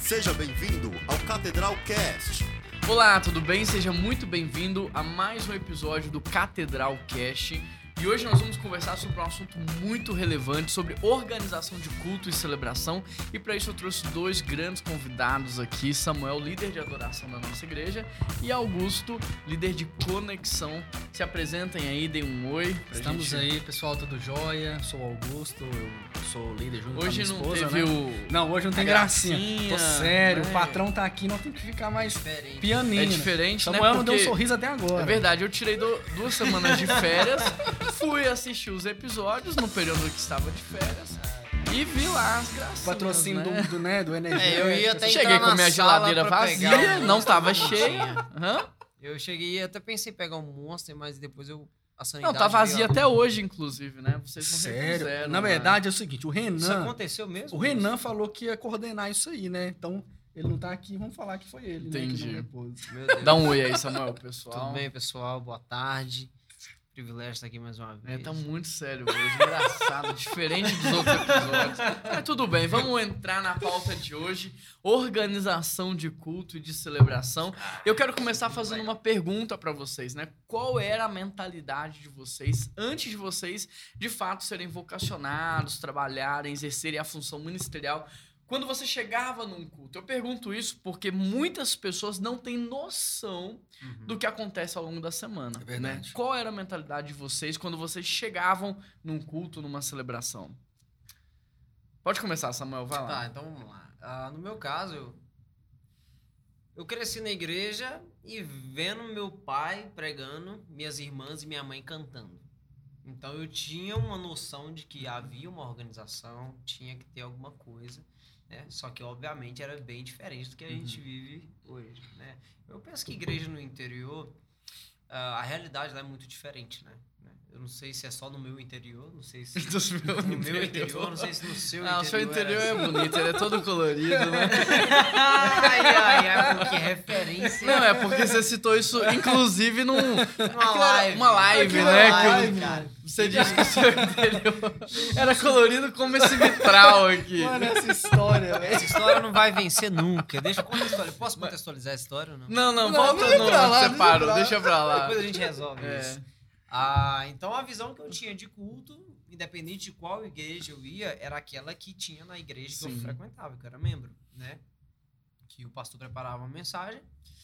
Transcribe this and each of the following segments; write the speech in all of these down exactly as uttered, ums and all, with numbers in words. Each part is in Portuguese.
Seja bem-vindo ao Catedral Cast. Olá, tudo bem? Seja muito bem-vindo a mais um episódio do Catedral Cast. E hoje nós vamos conversar sobre um assunto muito relevante, sobre organização de culto e celebração. E para isso eu trouxe dois grandes convidados aqui, Samuel, líder de adoração da nossa igreja, e Augusto, líder de conexão. Se apresentem aí, deem um oi pra Estamos gente. aí, pessoal, tudo jóia? Sou o Augusto, eu sou líder junto Hoje com a minha não esposa, teve né? o... Não, hoje não tem a gracinha. gracinha, Tô sério, né? o patrão tá aqui, não tem que ficar mais Diferente. pianinho. É né? diferente, né? Samuel não deu um Porque- sorriso até agora. É verdade, eu tirei do- duas semanas de férias, fui assistir os episódios no período que estava de férias e vi lá as gracinhas, Patrocínio né? do, do, né, do Energia. É, eu ia até Cheguei entrar com na minha sala geladeira pra vazia, pegar um não tava monster, cheia. Hã? Eu cheguei e até pensei em pegar um Monster, mas depois eu... A sanidade Não, tá vazia veio a- até hoje, inclusive, né? Vocês não Sério? repuseram, Na né? verdade é o seguinte, o Isso Renan, aconteceu mesmo? o Renan falou que ia coordenar isso aí, né? Então, ele não tá aqui, vamos falar que foi ele, Entendi. né? Que não repôs. Meu Deus. Dá um oi aí, Samuel, pessoal. Tudo bem, pessoal? Boa tarde. Privilégio estar aqui mais uma É, vez. tá muito sério hoje, engraçado, diferente dos outros episódios. Mas tudo bem, vamos entrar na pauta de hoje, organização de culto e de celebração. Eu quero começar fazendo uma pergunta pra vocês, né? Qual era a mentalidade de vocês antes de vocês, de fato, serem vocacionados, trabalharem, exercerem a função ministerial? Quando você chegava num culto, eu pergunto isso porque muitas pessoas não têm noção Uhum. do que acontece ao longo da semana. É verdade. Né? Qual era a mentalidade de vocês quando vocês chegavam num culto, numa celebração? Pode começar, Samuel, vai lá. Tá, então vamos lá. Ah, no meu caso, eu... eu cresci na igreja e vendo meu pai pregando, minhas irmãs e minha mãe cantando. Então eu tinha uma noção de que havia uma organização, tinha que ter alguma coisa, né? Só que obviamente era bem diferente do que a gente vive hoje, né? Eu penso que igreja no interior, ah, a realidade lá é muito diferente, né? Eu não sei se é só no meu interior, não sei se Dos meus no meu interior, não sei se no seu Ah, interior. o seu interior era é bonito, ele é todo colorido, né? Ai, ai, ai, que referência. Não, é porque você citou isso, inclusive, num... Uma aquela- live. Uma live, Aquela né? live, que cara. você disse que o seu interior era colorido como esse vitral aqui. Mano, essa história, velho. Essa história não vai vencer nunca. Deixa eu contextualizar. Posso contextualizar a história ou não? Não, não, Não, volta deixa no pra lá, você deixa parou, pra lá. deixa pra lá. Depois a gente resolve É. isso. Ah, então a visão que eu tinha de culto, independente de qual igreja eu ia, era aquela que tinha na igreja que Sim. eu frequentava, que eu era membro, né? Que o pastor preparava uma mensagem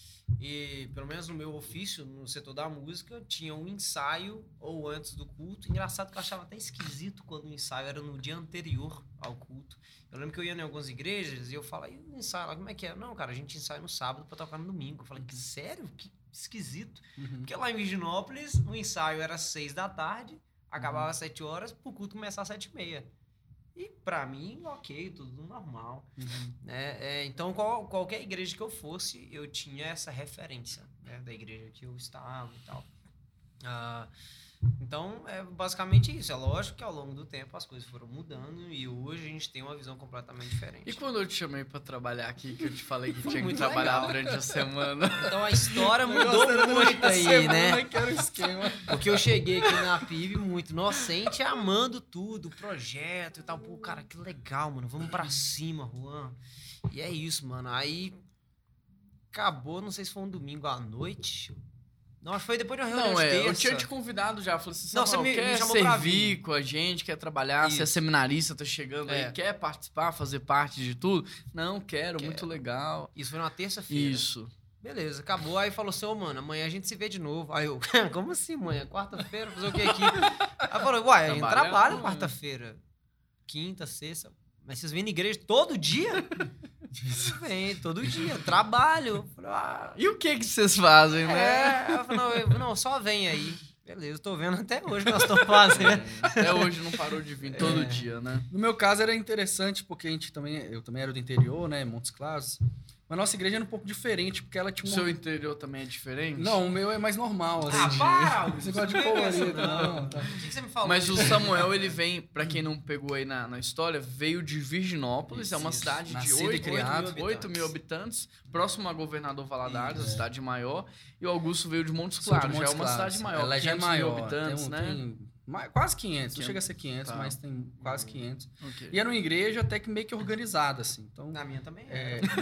e, pelo menos no meu ofício, no setor da música, tinha um ensaio ou antes do culto. Engraçado que eu achava até esquisito quando o ensaio era no dia anterior ao culto. Eu lembro que eu ia em algumas igrejas e eu falava, e o ensaio lá, como é que é? Não, cara, a gente ensaia no sábado pra tocar no domingo. Eu falei, sério? Que esquisito. Uhum. Porque lá em Virginópolis, o ensaio era seis da tarde, acabava às sete horas, pro culto começar às sete e meia. E pra mim, ok, tudo normal. Uhum. Né? É, então, qual- qualquer igreja que eu fosse, eu tinha essa referência, né, da igreja que eu estava e tal. Ah, então, é basicamente isso. É lógico que ao longo do tempo as coisas foram mudando e hoje a gente tem uma visão completamente diferente. E quando eu te chamei pra trabalhar aqui, que eu te falei que Foi tinha que muito trabalhar legal. durante a semana? Então a história O mudou negócio era durante muito a aí, semana né? que era o esquema. Porque eu cheguei aqui na P I B muito inocente, amando tudo, o projeto e tal. Pô, cara, que legal, mano. Vamos pra cima, Juan. E é isso, mano. Aí acabou, não sei se foi um domingo à noite. Não, acho que foi depois de uma reunião Não, de é, eu terça. tinha te convidado já. Falei assim, Não, Samuel, você me- quer me chamou pra servir vir. com a gente, quer trabalhar, se é Isso. seminarista, tá chegando É. aí, quer participar, fazer parte de tudo? Não, quero, Quero. muito legal. Isso foi numa terça-feira. Isso. Beleza, acabou. Aí falou assim, ô, mano, amanhã a gente se vê de novo. Aí eu, como assim, amanhã? Quarta-feira, fazer o que aqui? Aí falou, uai, a gente Trabalha trabalha com- quarta-feira. Quinta, sexta. Mas vocês vêm na igreja todo dia? Vem, todo dia. Trabalho. Eu falei, ah, E o que que vocês fazem, né? é. Eu falei, não, eu- não, só vem aí. Beleza, tô vendo até hoje o que nós estamos fazendo. Até hoje não parou de vir todo É. dia, né? No meu caso era interessante, porque a gente também, eu também era do interior, né, Montes Claros. Mas nossa igreja era um pouco diferente, porque ela O tinha um... seu interior também é diferente? Não, o meu é mais normal, assim. Ah, para! Esse negócio de Não é essa, colorido, não. não. Tá. O que que você me falou? Mas o Samuel, ele vem, pra quem não pegou aí na, na história, veio de Virginópolis, Isso, é uma isso. cidade Nascido de e oito criado. mil habitantes, próximo a Governador Valadares, a Isso. cidade maior, e o Augusto veio de Montes Sou de Claros, já é Montes uma Claros. cidade maior, Ela já é quinhentos mil maior, habitantes, tem, um- né? tem mais, quase quinhentos. Não quinhentos. chega a ser quinhentos, Tá. mas tem quase Uhum. quinhentos. Ok. E era uma igreja até que meio que organizada, assim. Então, Na minha também é, é.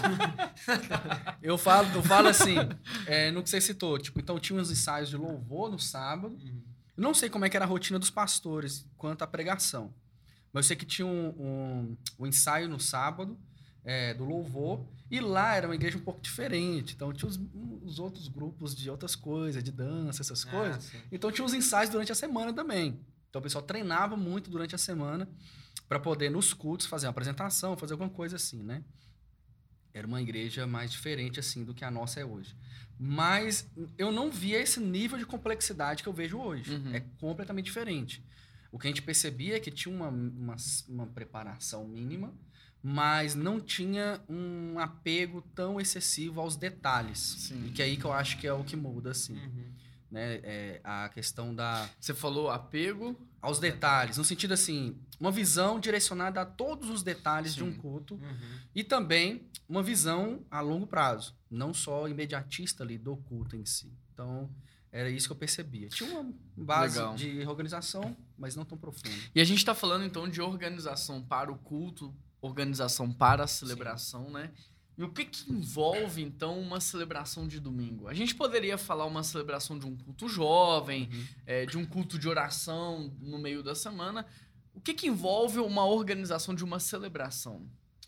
não. eu, falo, eu falo assim, é, no que você citou. Tipo, então tinha uns ensaios de louvor no sábado. Uhum. Eu não sei como é que era a rotina dos pastores quanto à pregação. Mas eu sei que tinha um, um, um ensaio no sábado, é, do louvor. E lá era uma igreja um pouco diferente. Então tinha os, os outros grupos de outras coisas, de dança, essas Ah, coisas. sim. Então tinha os ensaios durante a semana também. Então o pessoal treinava muito durante a semana para poder, nos cultos, fazer uma apresentação, fazer alguma coisa assim, né? Era uma igreja mais diferente, assim, do que a nossa é hoje. Mas eu não via esse nível de complexidade que eu vejo hoje. Uhum. É completamente diferente. O que a gente percebia é que tinha uma, uma, uma preparação mínima, mas não tinha um apego tão excessivo aos detalhes. Sim. E que é aí que eu acho que é o que muda, assim. Uhum. Né? É a questão da... Você falou apego. aos detalhes, no sentido assim, uma visão direcionada a todos os detalhes de um Sim. culto Uhum. e também uma visão a longo prazo, não só imediatista ali do culto em si. Então, era isso que eu percebia. Tinha uma base Legal. de organização, mas não tão profunda. E a gente tá falando então de organização para o culto, organização para a celebração, né? E o que que envolve então uma celebração de domingo? A gente poderia falar uma celebração de um culto jovem, Uhum. é, de um culto de oração no meio da semana. O que que envolve uma organização de uma celebração?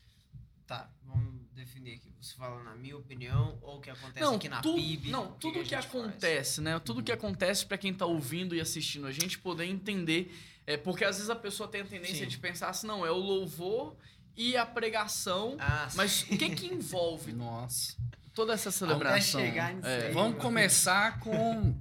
Tá, vamos definir aqui. Você fala na minha opinião ou o que acontece Não, aqui na tu- P I B? não, o tudo a que, gente faz? acontece, né? Tudo que acontece para quem tá ouvindo e assistindo a gente poder entender, é porque às vezes a pessoa tem a tendência Sim. de pensar assim, não, é o louvor e a pregação, Ah, sim. mas o que que envolve Nossa. toda essa celebração? Até chegar nisso É. aí. Vamos começar com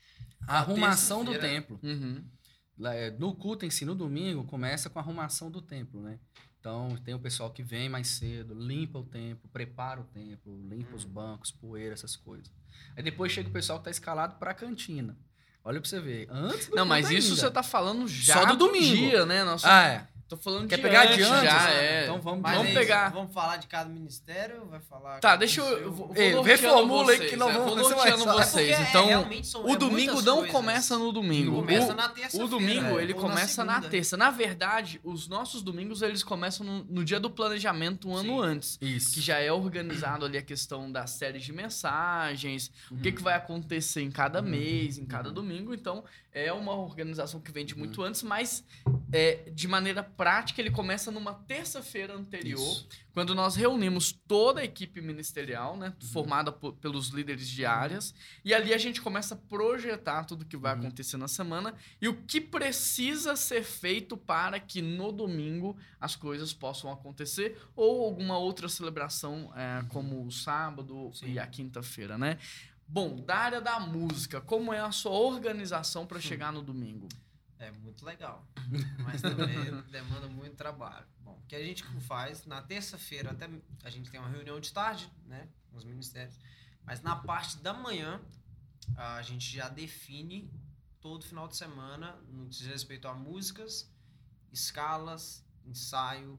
a arrumação do terça-feira. templo. Uhum. Lá, é, No culto em si, no domingo, começa com a arrumação do templo, né? Então, tem o pessoal que vem mais cedo, limpa o templo, prepara o templo, limpa os bancos, poeira, essas coisas. Aí depois chega o pessoal que tá escalado pra cantina. Olha pra você ver. Antes do Não, mas culto isso ainda. você tá falando já Só do domingo. dia, né? Nós Ah, é. tô falando Quer de pegar antes, de antes? já, Ah, é. então vamos- Mas vamos aí, pegar. Vamos falar de cada ministério? Vai falar. Tá, cada deixa eu... seu? eu vou, vou Ei, norteando reformula aí vocês, que nós é, vamos- vou você vai norteando falar. vocês. Porque é, Então, realmente são- o é domingo muitas não coisas. começa no domingo. Começa O- na terça-feira. O domingo, ele ou na começa na, segunda. terça. Na verdade, os nossos domingos, eles começam no, no dia do planejamento, um ano Sim. antes. Isso. Que já é organizado ali a questão das séries de mensagens, o que, que vai acontecer em cada mês, em cada domingo. Então, é uma organização que vem de muito antes, mas é, de maneira prática, ele começa numa terça-feira anterior, Isso. quando nós reunimos toda a equipe ministerial, né, formada por- pelos líderes de áreas, e ali a gente começa a projetar tudo que vai Uhum. acontecer na semana e o que precisa ser feito para que no domingo as coisas possam acontecer, ou alguma outra celebração, é, como o sábado Sim. e a quinta-feira, né? Bom, da área da música, como é a sua organização para chegar no domingo? É muito legal. Mas também demanda muito trabalho. Bom, o que a gente faz, na terça-feira, até a gente tem uma reunião de tarde, né? Com os ministérios. Mas na parte da manhã, a gente já define todo final de semana, no que diz respeito a músicas, escalas, ensaio,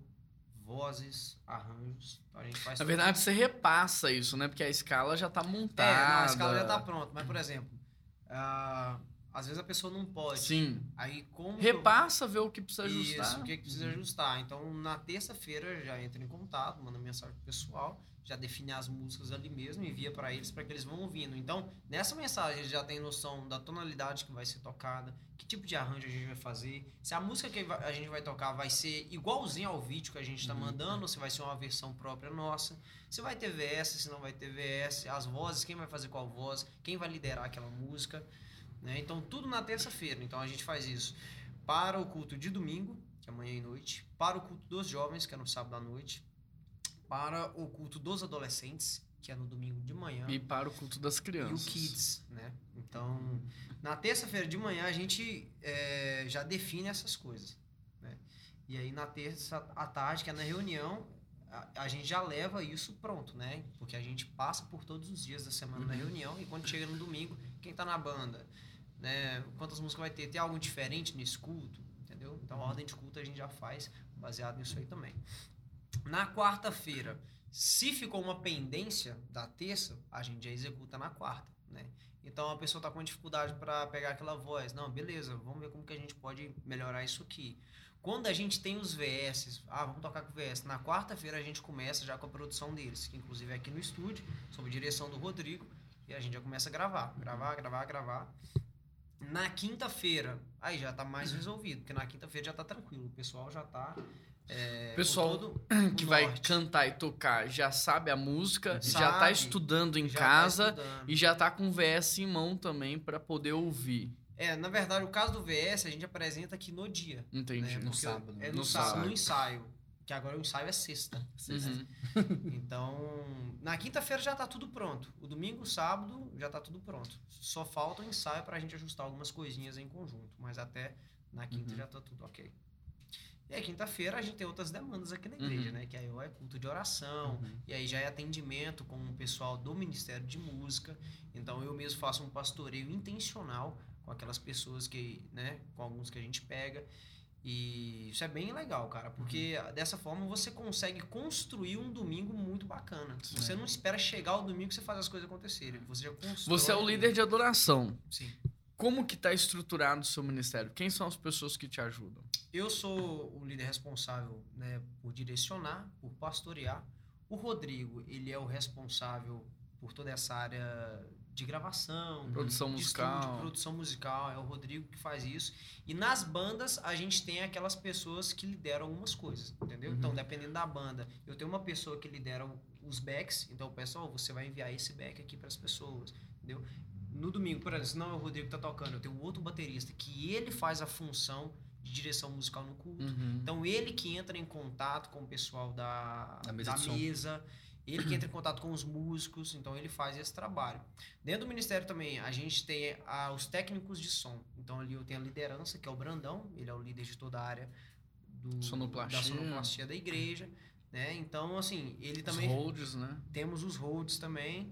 vozes, arranjos. Então a gente faz Na tudo. verdade, você repassa isso, né? Porque a escala já tá montada. É, não, a escala já tá pronta. Mas, por exemplo, ah, às vezes a pessoa não pode. Sim. Aí como que eu- Repassa, vê o que precisa ajustar. Isso, o que, que precisa ajustar. Então, na terça-feira, já entra em contato, manda mensagem pro pessoal, já define as músicas ali mesmo, envia para eles para que eles vão ouvindo. Então, nessa mensagem, eles já tem noção da tonalidade que vai ser tocada, que tipo de arranjo a gente vai fazer, se a música que a gente vai tocar vai ser igualzinho ao vídeo que a gente está mandando, ou se vai ser uma versão própria nossa, se vai ter V S, se não vai ter V S, as vozes, quem vai fazer qual voz, quem vai liderar aquela música. Né? Então, tudo na terça-feira. Então, a gente faz isso para o culto de domingo, que é manhã e noite, para o culto dos jovens, que é no sábado à noite, para o culto dos adolescentes, que é no domingo de manhã, E para o culto das e o crianças. Kids, né? Então, na terça-feira de manhã, a gente é, já define essas coisas, né? E aí, na terça à tarde, que é na reunião, a, a gente já leva isso pronto, né? Porque a gente passa por todos os dias da semana na reunião, e quando chega no domingo, quem tá na banda, né? Quantas músicas vai ter? Tem algo diferente nesse culto? Entendeu? Então, a ordem de culto a gente já faz baseado nisso aí também. Na quarta-feira, se ficou uma pendência da terça, a gente já executa na quarta. né? Então a pessoa tá com dificuldade para pegar aquela voz. Não, beleza, vamos ver como que a gente pode melhorar isso aqui. Quando a gente tem os V S, ah, vamos tocar com o V S. Na quarta-feira a gente começa já com a produção deles, que inclusive é aqui no estúdio, sob direção do Rodrigo, e a gente já começa a gravar, gravar, gravar, gravar. Na quinta-feira, aí já tá mais resolvido, porque na quinta-feira já tá tranquilo, o pessoal já tá... É, O pessoal todo que o vai norte. cantar e tocar já sabe a música, já tá Sabe, estudando em já casa tá estudando. e já tá com o V S em mão também pra poder ouvir. É, na verdade, o caso do V S a gente apresenta aqui no dia. Entendi. né? No Porque sábado, É né? no, No sábado, sábado. no ensaio. Que agora o ensaio é sexta. Uhum. Então, na quinta-feira já tá tudo pronto. O domingo, o sábado, já tá tudo pronto. Só falta o ensaio pra gente ajustar algumas coisinhas em conjunto. Mas até na quinta Uhum. já tá tudo ok. E aí, quinta-feira, a gente tem outras demandas aqui na igreja, Uhum. né? Que aí é culto de oração, Uhum. e aí já é atendimento com o pessoal do Ministério de Música. Então, eu mesmo faço um pastoreio intencional com aquelas pessoas que, né? Com alguns que a gente pega. E isso é bem legal, cara, porque dessa forma você consegue construir um domingo muito bacana. Você não espera chegar o domingo que você faz as coisas acontecerem. Você já constrói. Você é o líder de adoração. Sim. Como que tá estruturado o seu ministério? Quem são as pessoas que te ajudam? Eu sou o líder responsável, né, por direcionar, por pastorear. O Rodrigo, ele é o responsável por toda essa área de gravação, Produção de musical. estúdio, produção musical. É o Rodrigo que faz isso. E nas bandas, a gente tem aquelas pessoas que lideram algumas coisas, entendeu? Uhum. Então, dependendo da banda, eu tenho uma pessoa que lidera os backs. Então, eu peço, ó, você vai enviar esse back aqui para as pessoas, entendeu? No domingo, por exemplo, se não é o Rodrigo que tá tocando, eu tenho outro baterista que ele faz a função de direção musical no culto. Uhum. Então, ele que entra em contato com o pessoal da, Da mesa da de som. mesa, ele que entra em contato com os músicos, então ele faz esse trabalho. Dentro do ministério também, a gente tem ah, os técnicos de som. Então, ali eu tenho a liderança, que é o Brandão, ele é o líder de toda a área do, Sonoplastia. da sonoplastia da igreja. Né? Então, assim, ele Os também... holds, né? Temos os holds também.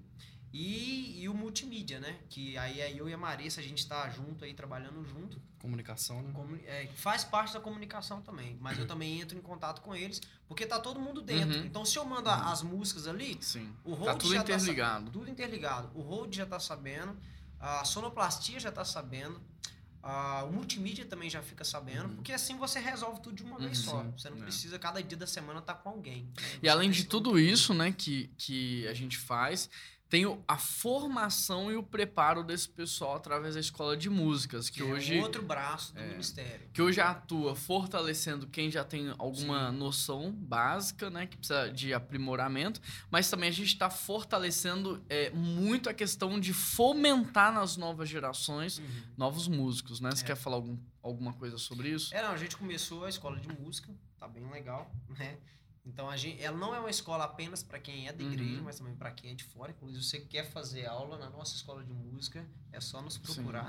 E, e o multimídia, né? Que aí é eu e a Marissa, a gente tá junto aí, trabalhando junto. Comunicação, né? Comuni- é, faz parte da comunicação também. Mas eu também entro em contato com eles, porque tá todo mundo dentro. Uhum. Então, se eu mando a- as músicas ali, Sim. o hold Tá tudo já tá sa- interligado. tudo interligado. O hold já tá sabendo, a sonoplastia já tá sabendo, a- o multimídia também já fica sabendo, porque assim você resolve tudo de uma vez Uhum, só. sim. Você não É. precisa, cada dia da semana, tá com alguém. né? E Você além de precisa- tudo isso, né, que, que a gente faz, tem o- a formação e o preparo desse pessoal através da escola de músicas, que, que hoje é um outro braço do ministério. que hoje atua fortalecendo quem já tem alguma noção básica, né, que precisa de aprimoramento, mas também a gente está fortalecendo é, muito a questão de fomentar nas novas gerações Uhum. novos músicos, né? Você É. quer falar algum, alguma coisa sobre isso? É, não, a gente começou a escola de música, tá bem legal, né? Então, a gente, ela não é uma escola apenas para quem é da Uhum. igreja, mas também para quem é de fora. Inclusive, se você quer fazer aula na nossa escola de música, é só nos procurar.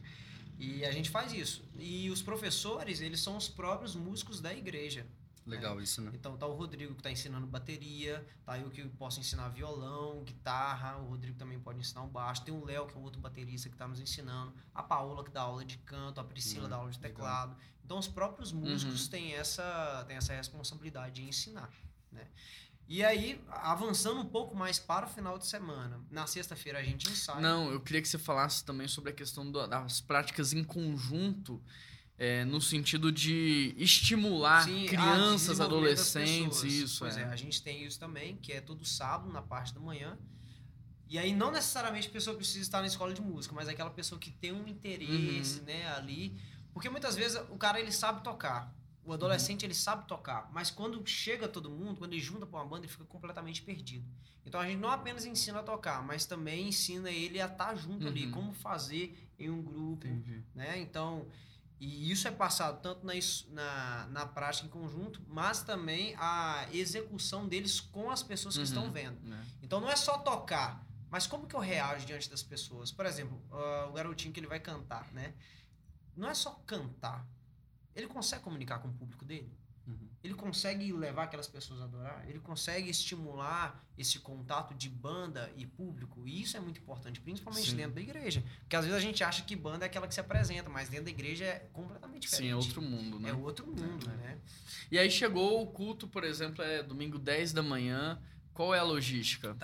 E a gente faz isso. E os professores, eles são os próprios músicos da igreja. Legal isso, né? Então, tá o Rodrigo que tá ensinando bateria, tá eu que posso ensinar violão, guitarra, o Rodrigo também pode ensinar o baixo, tem o Léo, que é um outro baterista que tá nos ensinando, a Paola que dá aula de canto, a Priscila Hum, dá aula de legal. teclado. Então, os próprios músicos Uhum. têm, essa, têm essa responsabilidade de ensinar, né? E aí, avançando um pouco mais para o final de semana, na sexta-feira a gente ensaia. Não, eu queria que você falasse também sobre a questão do- das práticas em conjunto, é, no sentido de estimular Sim, a crianças, desenvolvimento das adolescentes, pessoas. isso. Pois é. é. a gente tem isso também, que é todo sábado, na parte da manhã. E aí, não necessariamente a pessoa precisa estar na escola de música, mas é aquela pessoa que tem um interesse, Uhum. né, ali. Porque muitas vezes o cara, ele sabe tocar. O adolescente, ele sabe tocar. Mas quando chega todo mundo, quando ele junta pra uma banda, ele fica completamente perdido. Então, a gente não apenas ensina a tocar, mas também ensina ele a estar junto ali. Uhum. Como fazer em um grupo, Entendi. né? Então, e isso é passado tanto na, is- na, na prática em conjunto, mas também a execução deles com as pessoas que Uhum. estão vendo. Né? Então não é só tocar, mas como que eu reajo diante das pessoas? Por exemplo, ah, o garotinho que ele vai cantar, né? Não é só cantar. Ele consegue comunicar com o público dele? Uhum. Ele consegue levar aquelas pessoas a adorar? Ele consegue estimular esse contato de banda e público? E isso é muito importante, principalmente Sim. dentro da igreja. Porque às vezes a gente acha que banda é aquela que se apresenta, mas dentro da igreja é completamente diferente. Sim, é outro mundo, né? É outro mundo, né? E aí chegou o culto, por exemplo, é domingo dez da manhã. Qual é a logística? Tá.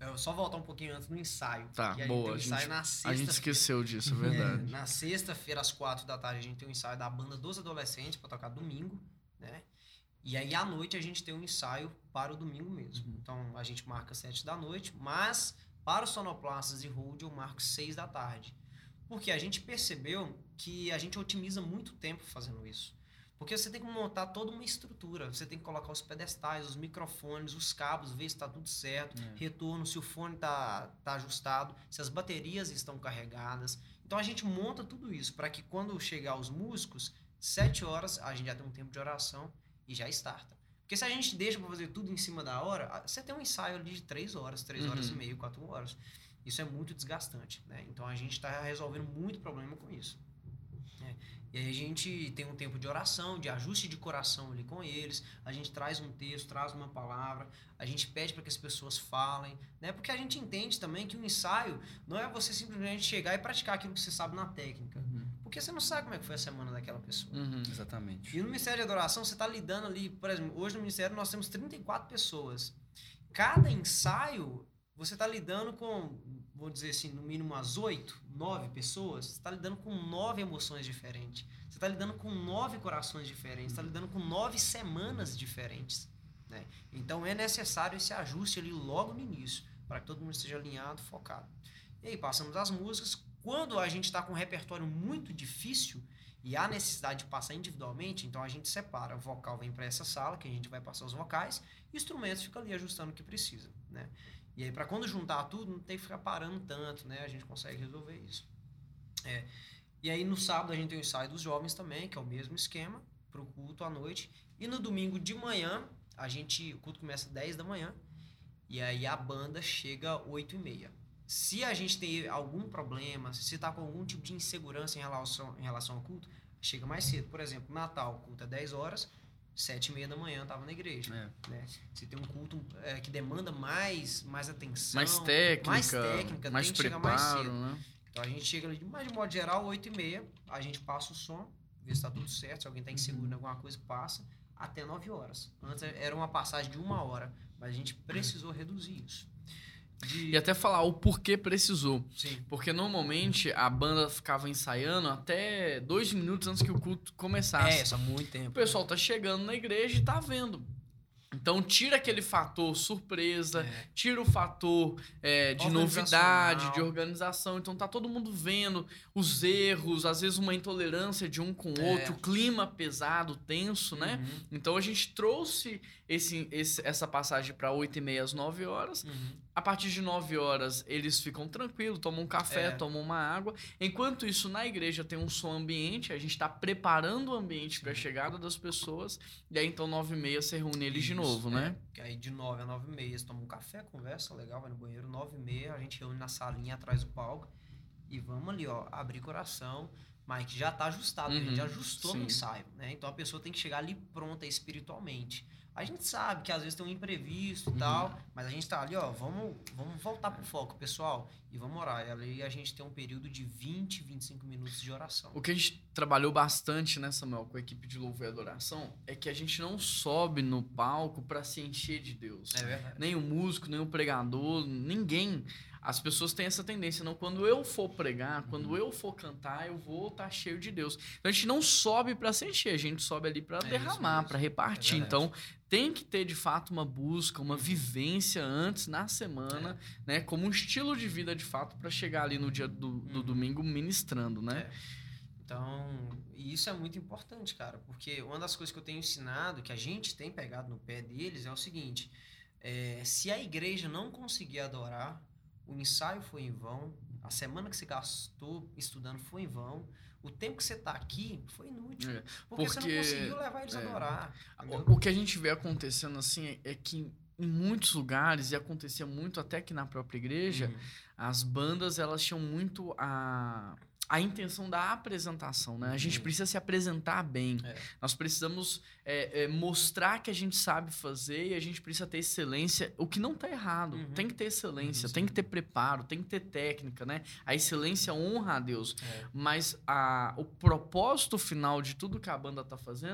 Eu só voltar um pouquinho antes no ensaio. Tá, que a boa. gente tem um A ensaio gente, na a sexta. gente esqueceu disso, é verdade. É, na sexta-feira, às quatro da tarde, a gente tem um ensaio da banda dos adolescentes pra tocar domingo, né? E aí, à noite, a gente tem um ensaio para o domingo mesmo. Uhum. Então, a gente marca sete da noite, mas para os sonoplastas e hold, eu marco seis da tarde. Porque a gente percebeu que a gente otimiza muito tempo fazendo isso. Porque você tem que montar toda uma estrutura. Você tem que colocar os pedestais, os microfones, os cabos, ver se está tudo certo, É. retorno, se o fone está tá ajustado, se as baterias estão carregadas. Então a gente monta tudo isso para que quando chegar os músicos, sete horas, a gente já tem um tempo de oração e já starta. Porque se a gente deixa para fazer tudo em cima da hora, você tem um ensaio ali de três horas, três Uhum. horas e meia, quatro horas. Isso é muito desgastante, né? Então a gente está resolvendo muito problema com isso. É. E aí a gente tem um tempo de oração, de ajuste de coração ali com eles, a gente traz um texto, traz uma palavra, a gente pede para que as pessoas falem, né? Porque a gente entende também que o ensaio não é você simplesmente chegar e praticar aquilo que você sabe na técnica. Uhum. Porque você não sabe como é que foi a semana daquela pessoa. Uhum. Exatamente. E no Ministério de Adoração, você está lidando ali, por exemplo, hoje no Ministério nós temos trinta e quatro pessoas. Cada ensaio, você está lidando com, vou dizer assim, no mínimo umas oito, nove pessoas. Você está lidando com nove emoções diferentes. Você está lidando com nove corações diferentes. Você está lidando com nove semanas diferentes. Né? Então é necessário esse ajuste ali logo no início, para que todo mundo esteja alinhado, focado. E aí passamos as músicas. Quando a gente está com um repertório muito difícil e há necessidade de passar individualmente, então a gente separa. O vocal vem para essa sala, que a gente vai passar os vocais, e o instrumento fica ali ajustando o que precisa. Né? E aí, para quando juntar tudo, não tem que ficar parando tanto, né? A gente consegue resolver isso. É. E aí, no sábado, a gente tem o ensaio dos jovens também, que é o mesmo esquema, para o culto à noite. E no domingo de manhã, a gente, o culto começa às dez da manhã, e aí a banda chega às oito e meia. Se a gente tem algum problema, se está com algum tipo de insegurança em relação, em relação ao culto, chega mais cedo. Por exemplo, Natal, o culto é dez horas, sete e meia da manhã estava na igreja. É. Né? Se tem um culto é, que demanda mais, mais atenção, Mais técnica, mais, técnica, mais tem que chegar preparo, mais cedo. né? Então a gente chega ali, mas de modo geral, oito e meia, a gente passa o som, vê se está tudo certo, se alguém está inseguro em alguma coisa, passa, até nove horas. Antes era uma passagem de uma hora, mas a gente precisou reduzir isso. De... E até falar o porquê precisou. Sim. Porque normalmente a banda ficava ensaiando até dois minutos antes que o culto começasse. É, isso há muito O tempo. pessoal tá chegando na igreja e tá vendo. Então tira aquele fator surpresa, É. tira o fator é, de Organizacional. novidade, de organização. Então tá todo mundo vendo os erros, às vezes uma intolerância de um com o É. outro, clima pesado, tenso, né? Uhum, Então a gente trouxe esse, esse- essa passagem para oito e meia às nove horas. uhum. A partir de nove horas, eles ficam tranquilos, tomam um café, É. tomam uma água. Enquanto isso, na igreja tem um som ambiente, a gente está preparando o ambiente para a chegada das pessoas. E aí, então, nove e meia, você reúne eles de Isso, novo, é. né? Que aí de nove a nove e meia, você toma um café, conversa, legal, vai no banheiro. nove e meia, a gente reúne na salinha atrás do palco. E vamos ali, ó, abrir coração. Mas que já tá ajustado, a gente Uhum, já ajustou sim. no ensaio, né? Então a pessoa tem que chegar ali pronta espiritualmente. A gente sabe que às vezes tem um imprevisto Uhum. e tal, mas a gente tá ali, ó, vamos, vamos voltar pro foco, pessoal, e vamos orar. E ali a gente tem um período de vinte, vinte e cinco minutos de oração. O que a gente trabalhou bastante, né, Samuel, com a equipe de louvor e adoração, é que a gente não sobe no palco para se encher de Deus. É verdade. Nem o músico, nem o pregador, ninguém. As pessoas têm essa tendência, não, quando eu for pregar, quando eu for cantar, eu vou estar cheio de Deus. Então a gente não sobe para se encher, a gente sobe ali para isso derramar, mesmo. para repartir. É verdade. Então tem que ter de fato uma busca, uma vivência antes na semana, né, como um estilo de vida de fato para chegar ali no dia do, do Uhum. domingo ministrando, né? É. Então, e isso é muito importante, cara, porque uma das coisas que eu tenho ensinado, que a gente tem pegado no pé deles, é o seguinte: é, se a igreja não conseguir adorar, o ensaio foi em vão, a semana que você gastou estudando foi em vão, o tempo que você está aqui foi inútil, É, porque, você porque- não conseguiu levar eles a é. adorar. entendeu? O, o que a gente vê acontecendo assim é, é que em muitos lugares, e acontecia muito até aqui na própria igreja, Uhum. as bandas elas tinham muito a, a intenção da apresentação, né? A gente Uhum. precisa se apresentar bem. É. Nós precisamos é, é, mostrar que a gente sabe fazer e a gente precisa ter excelência, o que não tá errado. Uhum. Tem que ter excelência, Uhum, tem que ter preparo, tem que ter técnica, né? A excelência honra a Deus. É. Mas a, o propósito final de tudo que a banda tá fazendo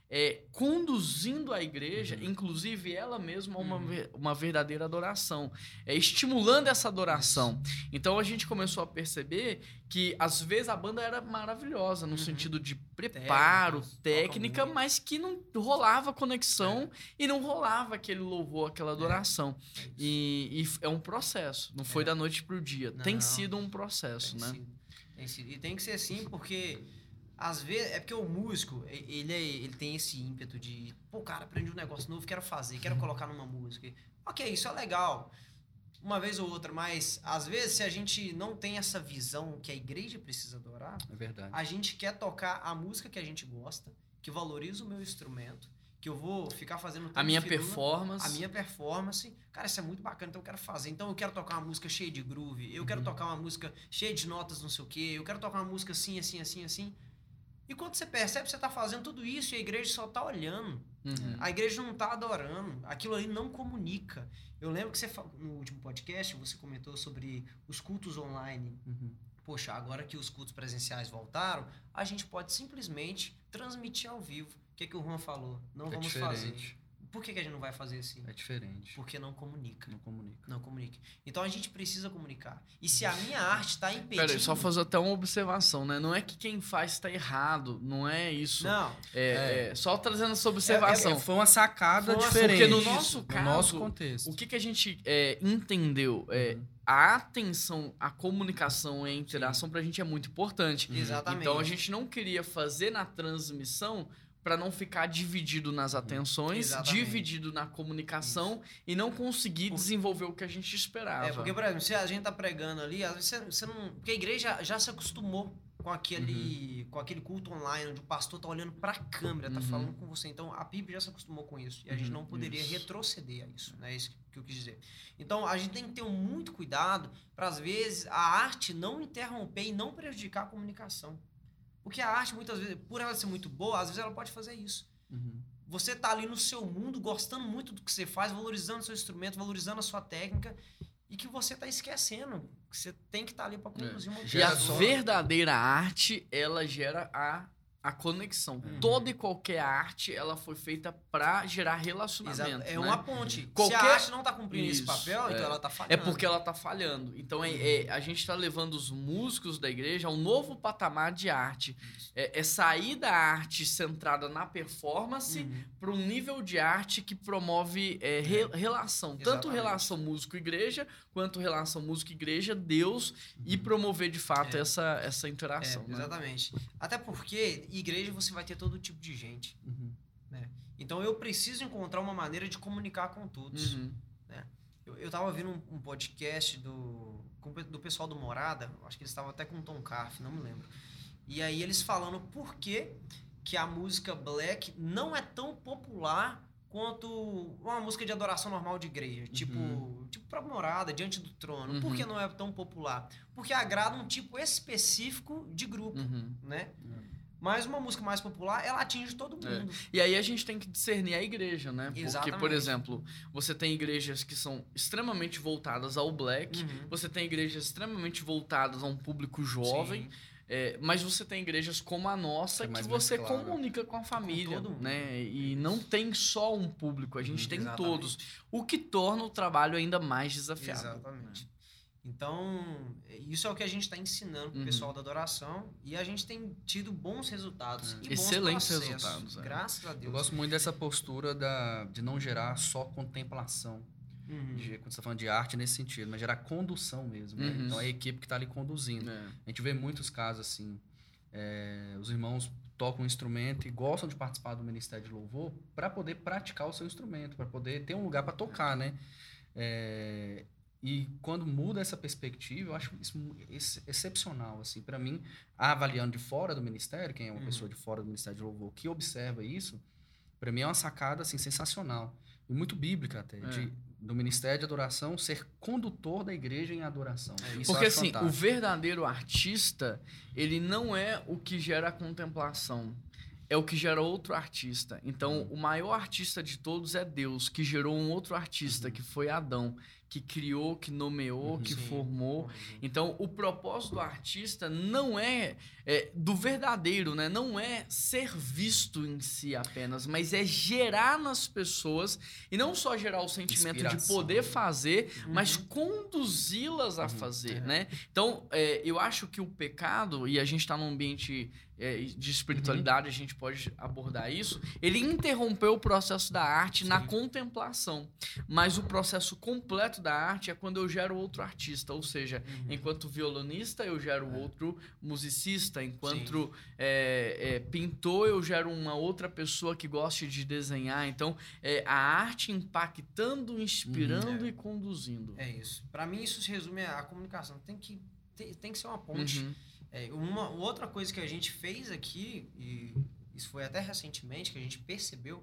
é, conduzindo a igreja, uhum. inclusive ela mesma, a uma, uhum. uma verdadeira adoração, é, estimulando essa adoração. Então a gente começou a perceber que às vezes a banda era maravilhosa, no uhum. sentido de preparo, técnica, mas que não rolava conexão é. e não rolava aquele louvor, aquela adoração. É. É e, e é um processo, não foi é. da noite pro dia. Não, tem sido um processo, tem né? Sido. Tem sido. E tem que ser assim, porque às vezes, é porque o músico, ele, é, ele tem esse ímpeto de, pô, cara, aprendi um negócio novo, quero fazer, quero colocar numa música. Ok, isso é legal, uma vez ou outra, mas às vezes, se a gente não tem essa visão que a igreja precisa adorar, é verdade. A gente quer tocar a música que a gente gosta, que valoriza o meu instrumento, que eu vou ficar fazendo... A minha firula, performance. A minha performance. Cara, isso é muito bacana, então eu quero fazer. Então eu quero tocar uma música cheia de groove, eu uhum. quero tocar uma música cheia de notas, não sei o quê, eu quero tocar uma música assim, assim, assim, assim. E quando você percebe que você está fazendo tudo isso e a igreja só está olhando, uhum. a igreja não está adorando, aquilo ali não comunica. Eu lembro que você, no último podcast, você comentou sobre os cultos online. Uhum. Poxa, agora que os cultos presenciais voltaram, a gente pode simplesmente transmitir ao vivo. O que, que o Juan falou? Não é vamos diferente. fazer. Por que, que a gente não vai fazer assim? É diferente. Porque não comunica. Não comunica. Não comunica. Então a gente precisa comunicar. E se a minha arte está impedindo... Peraí, só fazer até uma observação, né? Não é que quem faz está errado, não é isso. Não. É, é. É, só trazendo essa observação. É, é, foi uma sacada foi uma, diferente. Porque no nosso caso, no nosso contexto. O que, que a gente é, entendeu? É, uhum. A atenção, a comunicação e a interação pra gente é muito importante. Uhum. Exatamente. Então a gente não queria fazer na transmissão para não ficar dividido nas atenções, Exatamente. dividido na comunicação Isso. e não conseguir desenvolver o que a gente esperava. É, porque, por exemplo, se a gente tá pregando ali, às vezes você, você não... Porque a igreja já se acostumou com aquele, uhum. com aquele culto online, onde o pastor tá olhando pra câmera, tá uhum. falando com você. Então, a Bíblia já se acostumou com isso. E a uhum. gente não poderia isso. retroceder a isso, né? É isso que eu quis dizer. Então, a gente tem que ter muito cuidado para, às vezes, a arte não interromper e não prejudicar a comunicação. Porque a arte, muitas vezes, por ela ser muito boa, às vezes ela pode fazer isso. Uhum. Você tá ali no seu mundo, gostando muito do que você faz, valorizando o seu instrumento, valorizando a sua técnica, e que você tá esquecendo que você tem que estar tá ali para conduzir é. uma E a verdadeira arte, ela gera a, a conexão. Uhum. Toda e qualquer arte, ela foi feita para gerar relacionamento. Exato. É né? uma ponte. Qualquer... Se a arte não tá cumprindo Isso, esse papel, é. então ela tá falhando. É porque ela tá falhando. Então, é, é, a gente tá levando os músicos da igreja a um novo patamar de arte. É, é sair da arte centrada na performance uhum. para um nível de arte que promove é, re, relação. Exatamente. Tanto relação músico-igreja, quanto relação músico-igreja, Deus, uhum. e promover, de fato, é. essa, essa interação. É, né? Exatamente. Até porque, igreja, você vai ter todo tipo de gente. Uhum. Né? Então, eu preciso encontrar uma maneira de comunicar com todos. Uhum. Né? Eu, eu tava ouvindo um, um podcast do, do pessoal do Morada, acho que eles estavam até com o Tom Carf, não me lembro. E aí eles falando por que, que a música black não é tão popular quanto uma música de adoração normal de igreja. Uhum. Tipo, tipo pra Morada, Diante do Trono. Uhum. Por que não é tão popular? Porque agrada um tipo específico de grupo, uhum. né? Uhum. Mas uma música mais popular, ela atinge todo mundo. É. E aí a gente tem que discernir a igreja, né? Exatamente. Porque, por exemplo, você tem igrejas que são extremamente voltadas ao black, uhum. você tem igrejas extremamente voltadas a um público jovem, é, mas você tem igrejas como a nossa é que você claro. comunica com a família, com né? E não tem só um público, a gente uhum. tem Exatamente. todos. O que torna o trabalho ainda mais desafiador. Exatamente. Então, isso é o que a gente está ensinando pro uhum. pessoal da adoração e a gente tem tido bons resultados. É. E Excelentes bons resultados. É. Graças a Deus. Eu gosto muito dessa postura da, de não gerar só contemplação. Uhum. De, quando você está falando de arte nesse sentido, mas gerar condução mesmo. Né? Uhum. Então, é a equipe que está ali conduzindo. É. A gente vê muitos casos assim. É, os irmãos tocam um instrumento e gostam de participar do Ministério de Louvor para poder praticar o seu instrumento, para poder ter um lugar para tocar, né? É, e quando muda essa perspectiva, eu acho isso ex- excepcional, assim, para mim, avaliando de fora do ministério, quem é uma uhum. pessoa de fora do Ministério de Louvor que observa isso, para mim é uma sacada assim sensacional e muito bíblica até, é. de, do Ministério de Adoração ser condutor da igreja em adoração. É, isso Porque assim, fantástico. O verdadeiro artista, ele não é o que gera a contemplação. é o que gera outro artista. Então, o maior artista de todos é Deus, que gerou um outro artista, Uhum. que foi Adão, que criou, que nomeou, Uhum. que Sim. formou. Uhum. Então, o propósito do artista não é, é do verdadeiro, né? Não é ser visto em si apenas, mas é gerar nas pessoas, e não só gerar o sentimento de Inspiração. poder fazer, Uhum. mas conduzi-las a Uhum. fazer, É. né? Então, é, eu acho que o pecado, e a gente está num ambiente é, de espiritualidade, a gente pode abordar isso, ele interrompeu o processo da arte na Sim. contemplação. Mas o processo completo da arte é quando eu gero outro artista, ou seja, Uhum. enquanto violonista eu gero É. outro musicista, enquanto é, é, pintor eu gero uma outra pessoa que goste de desenhar. Então, é, a arte impactando, inspirando Uhum. e conduzindo. É isso. Pra mim, isso se resume à comunicação. Tem que, tem, tem que ser uma ponte. Uhum. É, uma outra coisa que a gente fez aqui, e isso foi até recentemente que a gente percebeu,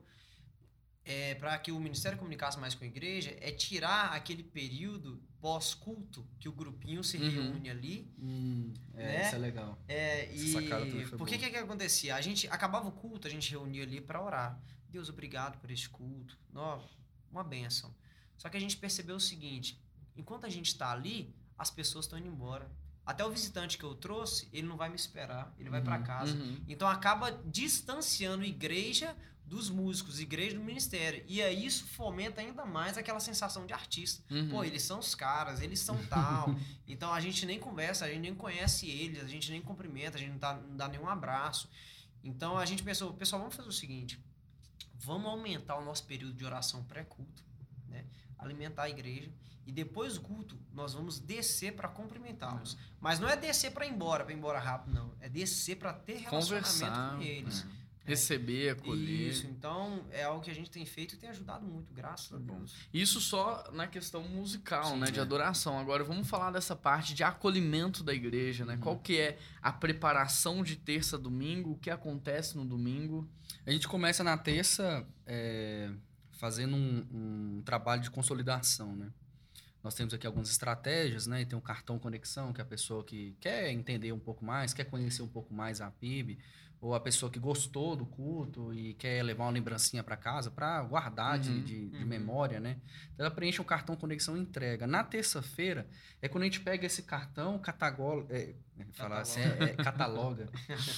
é, para que o Ministério comunicasse mais com a igreja, é tirar aquele período pós-culto que o grupinho se Uhum. reúne ali. Hum, é, Né? isso é legal. É, Essa e sacada também foi por que boa. que que acontecia? A gente acabava o culto, a gente reunia ali para orar. Deus, obrigado por esse culto. Nó, uma bênção. Só que a gente percebeu o seguinte, enquanto a gente está ali, as pessoas estão indo embora. Até o visitante que eu trouxe, ele não vai me esperar, ele vai para Uhum. casa. Uhum. Então acaba distanciando igreja dos músicos, igreja do ministério. E aí isso fomenta ainda mais aquela sensação de artista. Uhum. Pô, eles são os caras, eles são tal. Então a gente nem conversa, a gente nem conhece eles, a gente nem cumprimenta, a gente não dá, não dá nenhum abraço. Então a gente pensou, pessoal, vamos fazer o seguinte, vamos aumentar o nosso período de oração pré-culto, né? Alimentar a igreja. E depois do culto, nós vamos descer para cumprimentá-los. Mas não é descer para ir embora, para ir embora rápido, não. É descer para ter relacionamento Conversar, com eles. é. Receber, acolher. Isso, então é algo que a gente tem feito e tem ajudado muito, graças a Bom. Deus. Isso só na questão musical, Sim, né, de é. adoração. Agora vamos falar dessa parte de acolhimento da igreja, né? Uhum. Qual que é a preparação de terça a domingo, o que acontece no domingo? A gente começa na terça é, fazendo um, um trabalho de consolidação, né? Nós temos aqui algumas estratégias, né? E tem um cartão conexão, que é a pessoa que quer entender um pouco mais, quer conhecer um pouco mais a P I B, ou a pessoa que gostou do culto e quer levar uma lembrancinha para casa para guardar de, Uhum, de, de uhum. memória, né? Então ela preenche um cartão conexão e entrega. Na terça-feira é quando a gente pega esse cartão, catagola, é, falar assim, é, é, cataloga,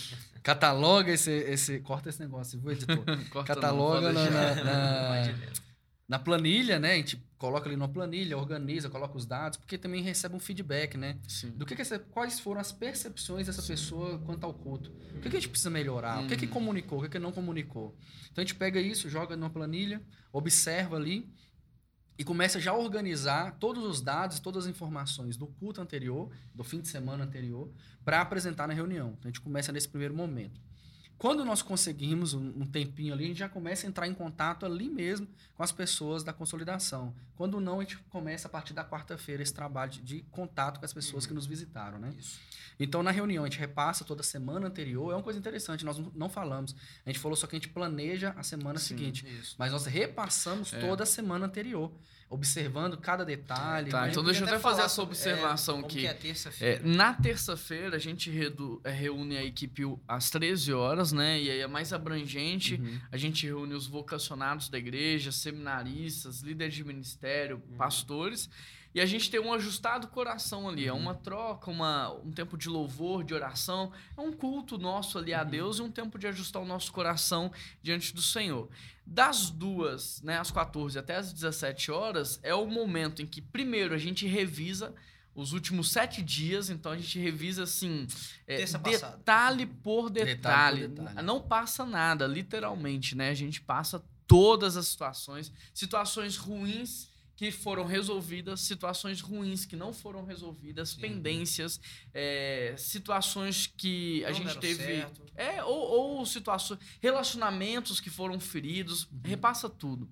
cataloga esse, esse, corta esse negócio, viu, editor? Corta não, Cataloga pode na, deixar. na, Pode na, ler. na planilha, né? A gente coloca ali numa planilha, organiza, coloca os dados, porque também recebe um feedback, né? Sim. Do que, que essa, quais foram as percepções dessa pessoa quanto ao culto. O que, que a gente precisa melhorar? O que, que Uhum. comunicou? O que, que não comunicou? Então a gente pega isso, joga numa planilha, observa ali e começa já a organizar todos os dados, todas as informações do culto anterior, do fim de semana anterior, para apresentar na reunião. Então a gente começa nesse primeiro momento. Quando nós conseguimos um, um tempinho ali, a gente já começa a entrar em contato ali mesmo com as pessoas da consolidação. Quando não, a gente começa a partir da quarta-feira esse trabalho de, de contato com as pessoas Uhum. que nos visitaram, né? Isso. Então, na reunião, a gente repassa toda a semana anterior. É uma coisa interessante, nós não- não falamos. A gente falou só que a gente planeja a semana Sim, seguinte. Isso. Mas nós repassamos É. toda a semana anterior, observando cada detalhe. Tá, né? então Eu deixa eu podia até fazer falar essa sobre, observação é, como aqui. que é É, terça-feira. na terça-feira, a gente redu- é, reúne a equipe às treze horas, né? E aí é mais abrangente. Uhum. A gente reúne os vocacionados da igreja, seminaristas, líderes de ministério, Uhum. pastores. E a gente tem um ajustado coração ali. É Uhum. uma troca, uma, um tempo de louvor, de oração. É um culto nosso ali a Uhum. Deus e um tempo de ajustar o nosso coração diante do Senhor. Das duas, né, às quatorze até às dezessete horas, é o momento em que, primeiro, a gente revisa os últimos sete dias. Então, a gente revisa, assim, é, Terça passada. detalhe por detalhe. Detalhe por detalhe. Não passa nada, literalmente, né? A gente passa todas as situações. Situações ruins que foram resolvidas, situações ruins que não foram resolvidas, Sim. pendências, é, situações que a Não gente deram teve... certo. É, ou, ou situações, relacionamentos que foram feridos, repassa tudo.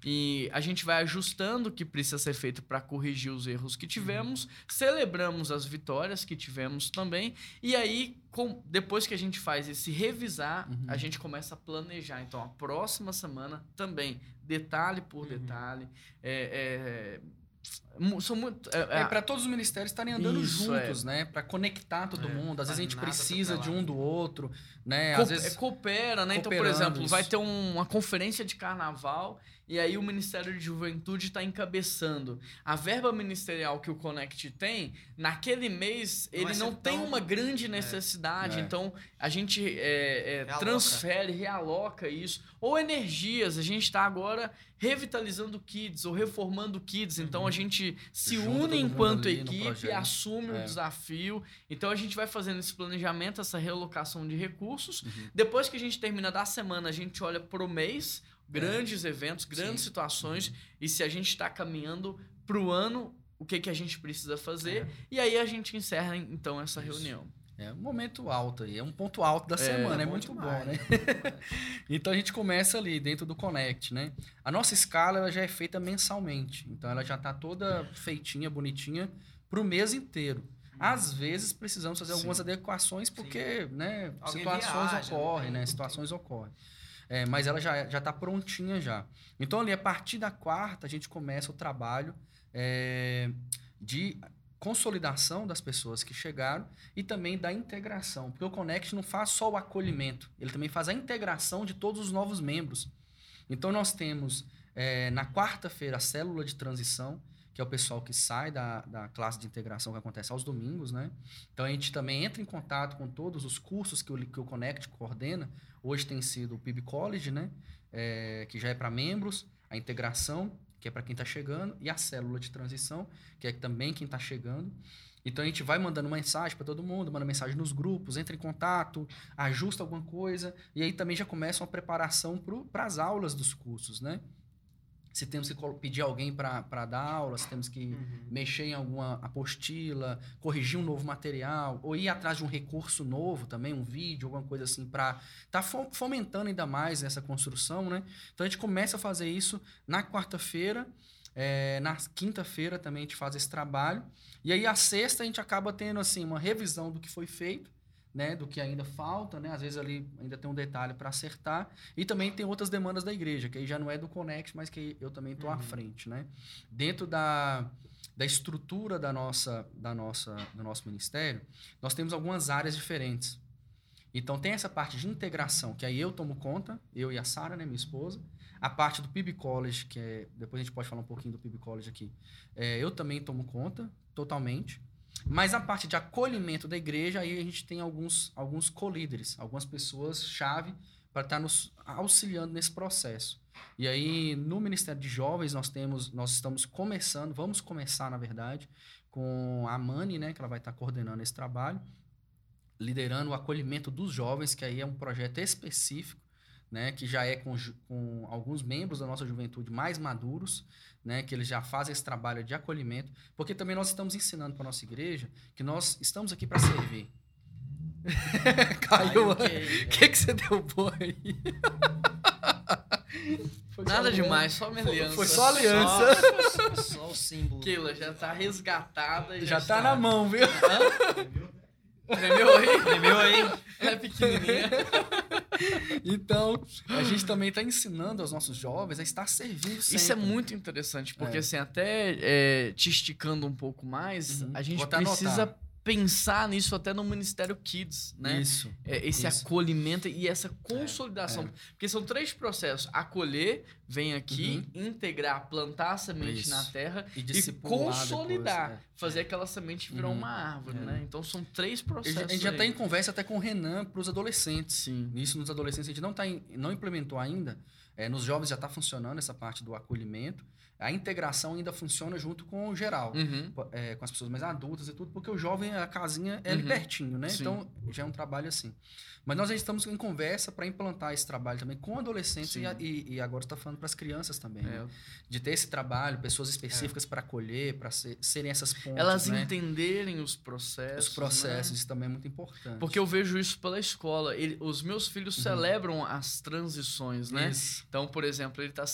E a gente vai ajustando o que precisa ser feito para corrigir os erros que tivemos, celebramos as vitórias que tivemos também, e aí, com, depois que a gente faz esse revisar, Uhum. a gente começa a planejar. Então, a próxima semana também, detalhe por Uhum. detalhe, é, é, mu- são muito... É, É, é, para todos os ministérios estarem andando Isso, juntos, né? Para conectar todo É, mundo. Às pra vezes a gente nada precisa de atropelar. um do outro, né? Co- Às vezes é, coopera, né? Então, por cooperando, exemplo, vai isso. ter um- uma conferência de carnaval e aí o Ministério de Juventude está encabeçando. A verba ministerial que o Connect tem, naquele mês, Não ele vai não ser tem tão- uma grande necessidade. É. Então, a gente é, é, Realoca. transfere, realoca isso. Ou energias. A gente está agora revitalizando o Kids ou reformando o Kids. Então, a gente se Junta une todo mundo enquanto ali no equipe, projeto. assume o É. desafio. Então, a gente vai fazendo esse planejamento, essa realocação de recursos. Uhum. Depois que a gente termina da semana, a gente olha pro mês, grandes eventos, grandes Sim. situações, e se a gente está caminhando pro ano, o que, que a gente precisa fazer. É. E aí a gente encerra, então, essa Isso. reunião. É um momento alto aí, é um ponto alto da semana, é, bom muito demais, bom, né? né? Então a gente começa ali dentro do Connect, né? A nossa escala ela já é feita mensalmente, então ela já está toda feitinha, bonitinha para o mês inteiro. Às vezes precisamos fazer algumas Sim. adequações porque, né, Alguém situações viaja, ocorrem, né? né? Situações ocorrem. É, mas ela já já está prontinha já. Então ali a partir da quarta a gente começa o trabalho é, de consolidação das pessoas que chegaram e também da integração, porque o Connect não faz só o acolhimento, ele também faz a integração de todos os novos membros. Então nós temos é, na quarta-feira a célula de transição, que é o pessoal que sai da, da classe de integração que acontece aos domingos, né? Então a gente também entra em contato com todos os cursos que o, que o Connect coordena. Hoje tem sido o P I B College, né? É, que já é para membros, a integração, que é para quem está chegando, e a célula de transição, que é também quem está chegando. Então a gente vai mandando mensagem para todo mundo, manda mensagem nos grupos, entra em contato, ajusta alguma coisa, e aí também já começa uma preparação para as aulas dos cursos, né? Se temos que colo- pedir alguém para dar aula, se temos que Uhum. mexer em alguma apostila, corrigir um novo material, ou ir atrás de um recurso novo também, um vídeo, alguma coisa assim, para estar fomentando ainda mais essa construção, né? Então a gente começa a fazer isso na quarta-feira, é, na quinta-feira também a gente faz esse trabalho, e aí a sexta a gente acaba tendo assim uma revisão do que foi feito, né, do que ainda falta, né? Às vezes ali ainda tem um detalhe para acertar. E também tem outras demandas da igreja, que aí já não é do Connect, mas que eu também estou à Uhum. frente, né? Dentro da, da estrutura da nossa, da nossa, do nosso ministério, nós temos algumas áreas diferentes. Então tem essa parte de integração, que aí eu tomo conta, eu e a Sara, né, minha esposa. A parte do P I B College, que é... Depois a gente pode falar um pouquinho do P I B College aqui. É, eu também tomo conta, totalmente. Mas a parte de acolhimento da igreja, aí a gente tem alguns, alguns co-líderes, algumas pessoas-chave para estar nos auxiliando nesse processo. E aí, no Ministério de Jovens, nós temos, nós estamos começando, vamos começar, na verdade, com a Mani, né, que ela vai estar coordenando esse trabalho, liderando o acolhimento dos jovens, que aí é um projeto específico, né, que já é com, ju- com alguns membros da nossa juventude mais maduros, né, que eles já fazem esse trabalho de acolhimento, porque também nós estamos ensinando para a nossa igreja que nós estamos aqui para servir. Caiu. Aí, O ok, que, que você deu boa aí? Foi só Nada uma- demais, só uma Foi- aliança. foi só aliança. Só, só o símbolo. Keila já tá resgatada. e Já está... tá na mão, viu? Tremeu aí? Tremeu aí? Ela é pequenininha. Então, a gente também está ensinando aos nossos jovens a estar servindo sempre. Isso é muito interessante, porque É. assim, até é, te esticando um pouco mais, Uhum. a gente Vou até precisa anotar. pensar nisso até no Ministério Kids, né? Isso. É, esse Isso. acolhimento e essa consolidação. é. Porque são três processos. Acolher, vem aqui, integrar, plantar a semente Isso. na terra E e discipular consolidar. depois, é. Fazer aquela semente virar Uhum. uma árvore, É. né? Então são três A processos. gente- a gente já está aí. em conversa até com o Renan para os adolescentes. Sim. Isso nos adolescentes a gente não, tá em- não implementou ainda. É, nos jovens já está funcionando essa parte do acolhimento. A integração ainda funciona junto com o geral. Uhum. É, com as pessoas mais adultas e tudo, porque o jovem, a casinha é ali Uhum. pertinho, né? Sim. Então, já é um trabalho assim. Mas nós já estamos em conversa para implantar esse trabalho também com adolescentes Sim. e, a- e, e agora está falando para as crianças também. É. né? De ter esse trabalho, pessoas específicas para acolher, para ser, serem essas pontes, Elas né? entenderem os processos. Os processos, né? isso também é muito importante. Porque eu vejo isso pela escola. Ele- os meus filhos celebram as transições, né? Uhum. Isso. Então, por exemplo, ele tá assim,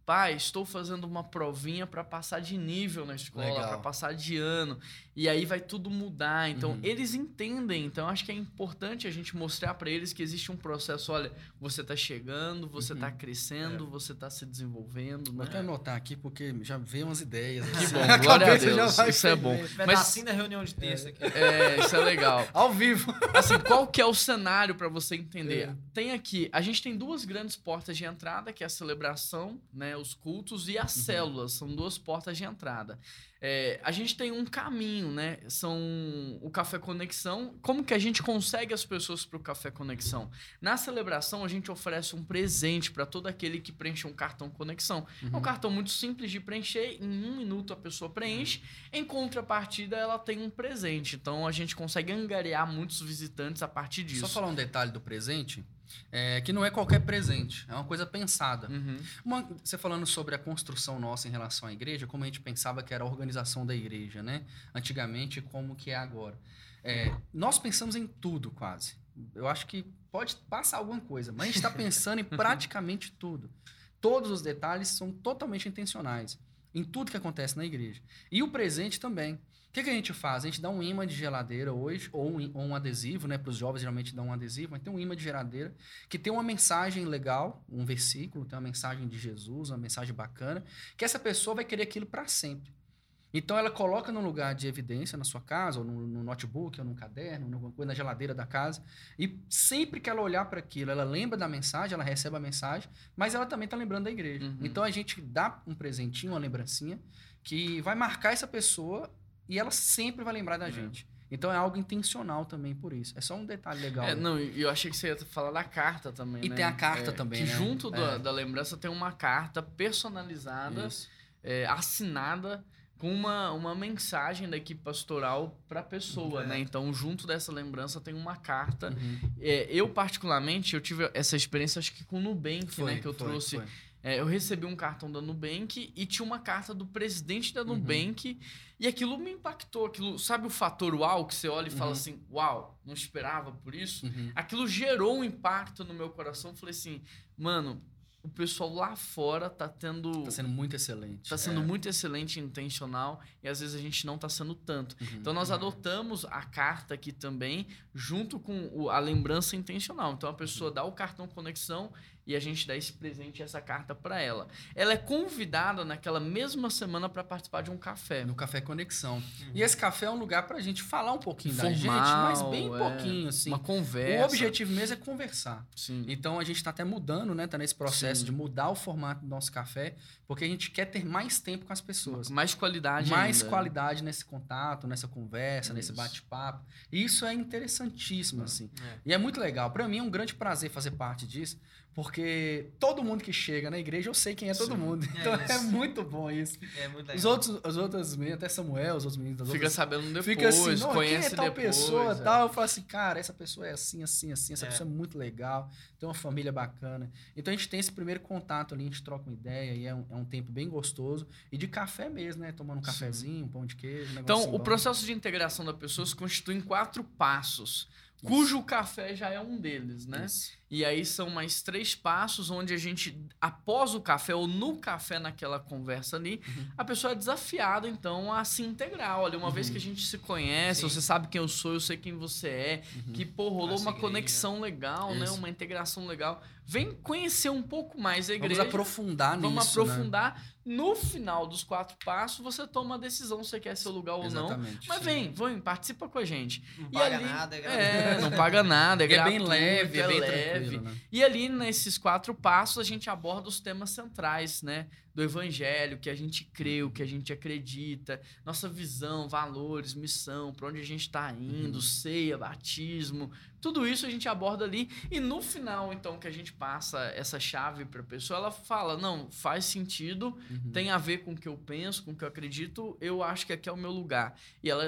pai, estou fazendo uma provinha para passar de nível na escola, Legal. para passar de ano. E aí vai tudo mudar. Então, Uhum. eles entendem. Então, acho que é importante a gente mostrar para eles que existe um processo. Olha, você está chegando, você está Uhum. crescendo, você está se desenvolvendo. Vou Né? até anotar aqui, porque já veio umas ideias. Que bom, A glória a cabeça já Deus. vai Isso é bom. ferver. Mas, Pedacinho da reunião de terça aqui. é, isso é legal. Ao vivo. Assim, qual que é o cenário para você entender? É. Tem aqui, a gente tem duas grandes portas de entrada, que é a celebração, né, os cultos e as células, são duas portas de entrada. É, a gente tem um caminho, né? São o Café Conexão. Como que a gente consegue as pessoas para o Café Conexão? Na celebração, a gente oferece um presente para todo aquele que preenche um cartão Conexão. É um cartão muito simples de preencher, em um minuto a pessoa preenche. Em contrapartida, ela tem um presente. Então, a gente consegue angariar muitos visitantes a partir disso. Só falar um detalhe do presente, é, que não é qualquer presente, é uma coisa pensada. Uhum. Uma- você falando sobre a construção nossa em relação à igreja, como a gente pensava que era a organização da igreja, né? Antigamente, como que é agora. É, nós pensamos em tudo, quase. Eu acho que pode passar alguma coisa, mas a gente está pensando em praticamente tudo. Todos os detalhes são totalmente intencionais em tudo que acontece na igreja. E o presente também. O que, que a gente faz? A gente dá um imã de geladeira hoje, ou um, ou um adesivo, né? Para os jovens, geralmente dão um adesivo, mas tem um imã de geladeira que tem uma mensagem legal, um versículo, tem uma mensagem de Jesus, uma mensagem bacana, que essa pessoa vai querer aquilo para sempre. Então, ela coloca num lugar de evidência na sua casa, ou no, no notebook, ou num caderno, numa coisa, na geladeira da casa, e sempre que ela olhar para aquilo, ela lembra da mensagem, ela recebe a mensagem, mas ela também está lembrando da igreja. Uhum. Então, a gente dá um presentinho, uma lembrancinha, que vai marcar essa pessoa e ela sempre vai lembrar da gente. Então é algo intencional também por isso. É só um detalhe legal. É, né? não, e eu achei que você ia falar da carta também, E né? tem a carta É, também, que né? junto da, É. da lembrança tem uma carta personalizada, Isso. é, assinada, com uma, uma mensagem da equipe pastoral para a pessoa, É. né? Então, junto dessa lembrança tem uma carta. Uhum. É, eu, particularmente, eu tive essa experiência, acho que com o Nubank, Foi, né? Que eu foi, trouxe. foi. É, eu recebi um cartão da Nubank e tinha uma carta do presidente da Nubank e aquilo me impactou. Aquilo, sabe o fator uau, que você olha e fala Uhum. assim, uau, não esperava por isso? Uhum. Aquilo gerou um impacto no meu coração. Eu falei assim, mano, o pessoal lá fora tá tendo... Tá sendo muito excelente. Tá sendo É. muito excelente e intencional e às vezes a gente não tá sendo tanto. Uhum. Então nós adotamos a carta aqui também, junto com o- a lembrança intencional. Então a pessoa dá o cartão Conexão e a gente dá esse presente e essa carta para ela. Ela é convidada naquela mesma semana para participar de um café. No Café Conexão. E esse café é um lugar pra gente falar um pouquinho da gente, Formal, mas bem é, pouquinho, assim. Uma conversa. O objetivo mesmo é conversar. Sim. Então a gente está até mudando, né? Tá nesse processo Sim. de mudar o formato do nosso café, porque a gente quer ter mais tempo com as pessoas. Mais qualidade Mais ainda. qualidade nesse contato, nessa conversa, nesse Isso. bate-papo. E isso é interessantíssimo, assim. É. E é muito legal. Para mim é um grande prazer fazer parte disso, porque todo mundo que chega na igreja, eu sei quem é todo Sim. mundo. É Então é, isso. muito bom isso. É muito legal. Os outros, os outros meninos, até Samuel, os outros meninos das Fica outras sabendo depois, fica assim, não, conhece quem é tal depois. pessoa, é. tal. Eu falo assim, cara, essa pessoa é assim, assim, assim, essa É. pessoa é muito legal, tem uma família bacana. Então a gente tem esse primeiro contato ali, a gente troca uma ideia e é um, é um tempo bem gostoso. E de café mesmo, né? Tomando um cafezinho, um pão de queijo, um Então, negocinho o bom. processo de integração da pessoa se constitui em quatro passos, cujo café já é um deles, né? Isso. E aí são mais três passos onde a gente, após o café ou no café naquela conversa ali, Uhum. a pessoa é desafiada, então, a se integrar. Olha, uma Uhum. vez que a gente se conhece, Sim. você sabe quem eu sou, eu sei quem você é, Uhum. que, pô, rolou Nossa uma igreja. conexão legal, né? Isso. Uma integração legal. Vem conhecer um pouco mais a igreja. Vamos aprofundar Vamos nisso, né? aprofundar. No final dos quatro passos, você toma a decisão se você quer seu lugar ou não. Exatamente. Mas vem, vem, participa com a gente. Não E paga ali- nada, é É, não paga nada, é E é bem gratuito, leve, é bem leve. tranquilo, né? E ali, nesses quatro passos, a gente aborda os temas centrais, né? Do evangelho, que a gente crê, o que a gente acredita, nossa visão, valores, missão, para onde a gente está indo, Uhum. ceia, batismo, tudo isso a gente aborda ali. E no final, então, que a gente passa essa chave para a pessoa, ela fala, não, faz sentido, Uhum. tem a ver com o que eu penso, com o que eu acredito, eu acho que aqui é o meu lugar. E ela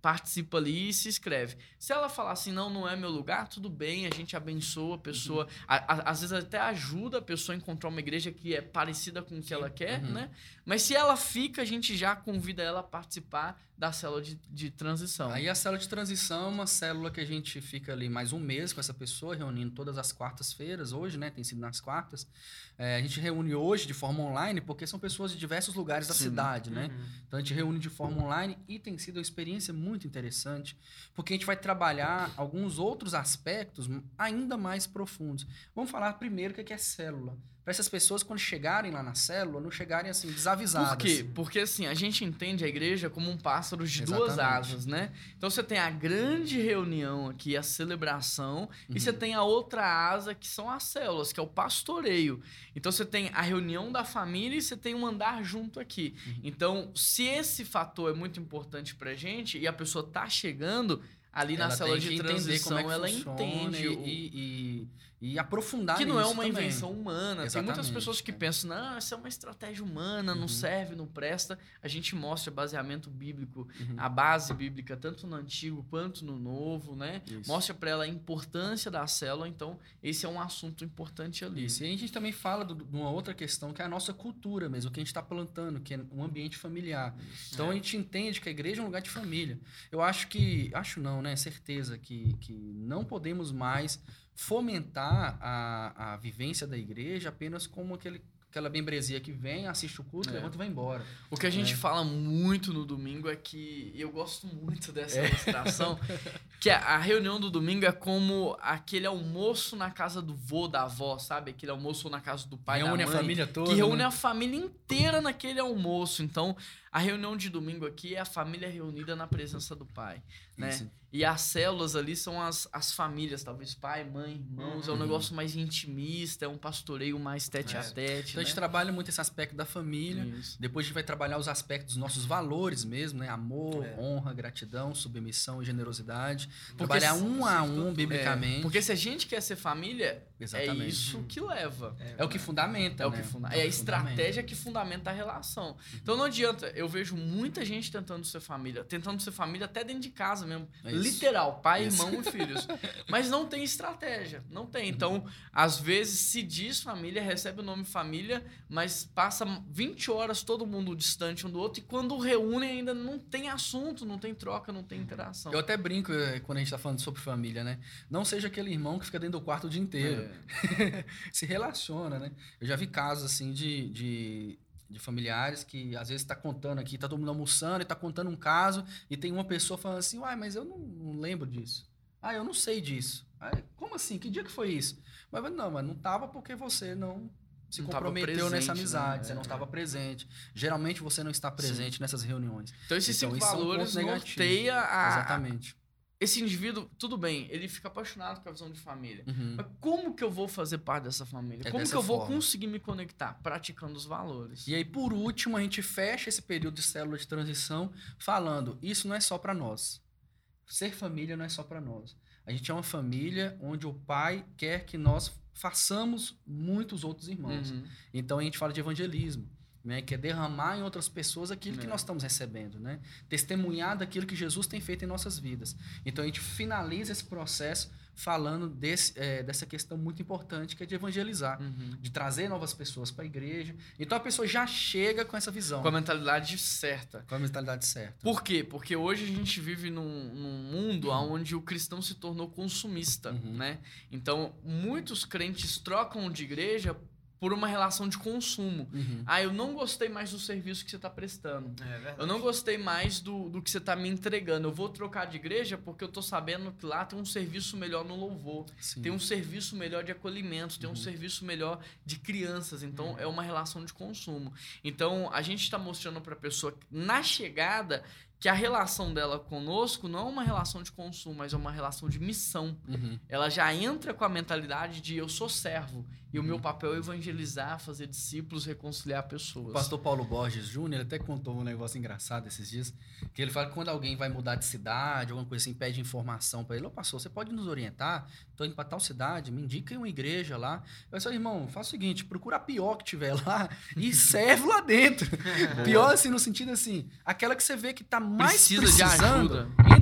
participa ali e se inscreve. Se ela falar assim, não, não é meu lugar, tudo bem, a gente abençoa a pessoa. Uhum. A, a, às vezes até ajuda a pessoa a encontrar uma igreja que é parecida com o que Sim. ela quer, uhum. né? Mas se ela fica, a gente já convida ela a participar da célula de, de transição. Aí a célula de transição é uma célula que a gente fica ali mais um mês com essa pessoa, reunindo todas as quartas-feiras, hoje, né? Tem sido nas quartas. É, a gente reúne hoje de forma online, porque são pessoas de diversos lugares da Sim. cidade, né? Uhum. Então a gente reúne de forma online e tem sido uma experiência muito interessante, porque a gente vai trabalhar alguns outros aspectos ainda mais profundos. Vamos falar primeiro o que é célula. Para essas pessoas, quando chegarem lá na célula, não chegarem assim, desavisadas. Por quê? Porque assim, a gente entende a igreja como um pássaro de Exatamente. duas asas, né? Então você tem a grande reunião aqui, a celebração, uhum. e você tem a outra asa, que são as células, que é o pastoreio. Então você tem a reunião da família e você tem um andar junto aqui. Uhum. Então, se esse fator é muito importante pra gente e a pessoa tá chegando ali ela na célula de transição, é ela entende e, o... e, e, e aprofundar que não é uma também. invenção humana. Exatamente. Tem muitas pessoas que pensam, não, essa é uma estratégia humana, não uhum. serve, não presta. A gente mostra baseamento bíblico, uhum. a base bíblica, tanto no Antigo quanto no Novo, né? Isso. Mostra para ela a importância da célula, então esse é um assunto importante ali. Isso. E a gente também fala de uma outra questão, que é a nossa cultura mesmo, o que a gente está plantando, que é um ambiente familiar. Isso. Então é. a gente entende que a igreja é um lugar de família. Eu acho que, acho não, né? Certeza que, que não podemos mais fomentar a, a vivência da igreja apenas como aquele, aquela membresia que vem, assiste o culto, é. levanta e vai embora. O que a gente é. fala muito no domingo é que, e eu gosto muito dessa é. ilustração, que a, a reunião do domingo é como aquele almoço na casa do vô, da avó, sabe? Aquele almoço na casa do pai, reúne da mãe. a família toda. Que reúne né? a família inteira naquele almoço. Então, a reunião de domingo aqui é a família reunida na presença do pai, né? Isso. E as células ali são as, as famílias, talvez pai, mãe, irmãos. Uhum. É um negócio mais intimista, é um pastoreio mais tete é. a tete. Então, né? a gente trabalha muito esse aspecto da família. Isso. Depois a gente vai trabalhar os aspectos dos nossos valores mesmo, né? Amor, é. honra, gratidão, submissão e generosidade. Porque trabalhar se, um a um, biblicamente. É. Porque se a gente quer ser família, Exatamente. é isso uhum. que leva. É, é o que fundamenta, É, né? o que funda é, é a estratégia que fundamenta a relação. Uhum. Então não adianta. Eu vejo muita gente tentando ser família. Tentando ser família até dentro de casa mesmo. É literal. Pai, Isso. irmão e filhos. Mas não tem estratégia. Não tem. Então, às vezes, se diz família, recebe o nome família, mas passa vinte horas todo mundo distante um do outro e quando reúne ainda não tem assunto, não tem troca, não tem interação. Eu até brinco quando a gente tá falando sobre família, né? Não seja aquele irmão que fica dentro do quarto o dia inteiro. É. Se relaciona, né? Eu já vi casos, assim, de... de... de familiares que às vezes está contando aqui, está todo mundo almoçando e está contando um caso e tem uma pessoa falando assim, uai, mas eu não, não lembro disso. Ah, eu não sei disso. Ah, como assim? Que dia que foi isso? Mas não, mas não estava porque você não se não comprometeu presente, nessa amizade, né? Você é, não estava é. presente. Geralmente você não está presente Sim. nessas reuniões. Então esses então, cinco valores é um norteia a... Exatamente. Esse indivíduo, tudo bem, ele fica apaixonado com a visão de família. Uhum. Mas como que eu vou fazer parte dessa família? É como que eu forma. vou conseguir me conectar? Praticando os valores. E aí, por último, a gente fecha esse período de célula de transição falando, isso não é só para nós. Ser família não é só para nós. A gente é uma família onde o pai quer que nós façamos muitos outros irmãos. Uhum. Então, a gente fala de evangelismo. Né, que é derramar em outras pessoas aquilo é. que nós estamos recebendo, né? Testemunhar daquilo que Jesus tem feito em nossas vidas. Então a gente finaliza esse processo falando desse, é, dessa questão muito importante que é de evangelizar, uhum. de trazer novas pessoas para a igreja. Então a pessoa já chega com essa visão. Com a mentalidade certa. Com a mentalidade certa. Por quê? Porque hoje a gente vive num, num mundo uhum. onde o cristão se tornou consumista, uhum. né? Então muitos crentes trocam de igreja por uma relação de consumo. Uhum. Ah, eu não gostei mais do serviço que você está prestando. É verdade. Eu não gostei mais do, do que você está me entregando. Eu vou trocar de igreja porque eu estou sabendo que lá tem um serviço melhor no louvor. Sim. Tem um serviço melhor de acolhimento. Tem uhum. um serviço melhor de crianças. Então, uhum. é uma relação de consumo. Então, a gente está mostrando para a pessoa, na chegada, que a relação dela conosco não é uma relação de consumo, mas é uma relação de missão. Uhum. Ela já entra com a mentalidade de eu sou servo e uhum. o meu papel é evangelizar, fazer discípulos, reconciliar pessoas. O pastor Paulo Borges Júnior até contou um negócio engraçado esses dias, que ele fala que quando alguém vai mudar de cidade, alguma coisa assim, pede informação para ele, ô pastor, você pode nos orientar? Estou indo para tal cidade, me indica uma igreja lá. Eu disse, irmão, faz o seguinte, procura a pior que tiver lá e serve lá dentro. Pior assim, no sentido assim, aquela que você vê que está mais Precisa precisando, de ajuda.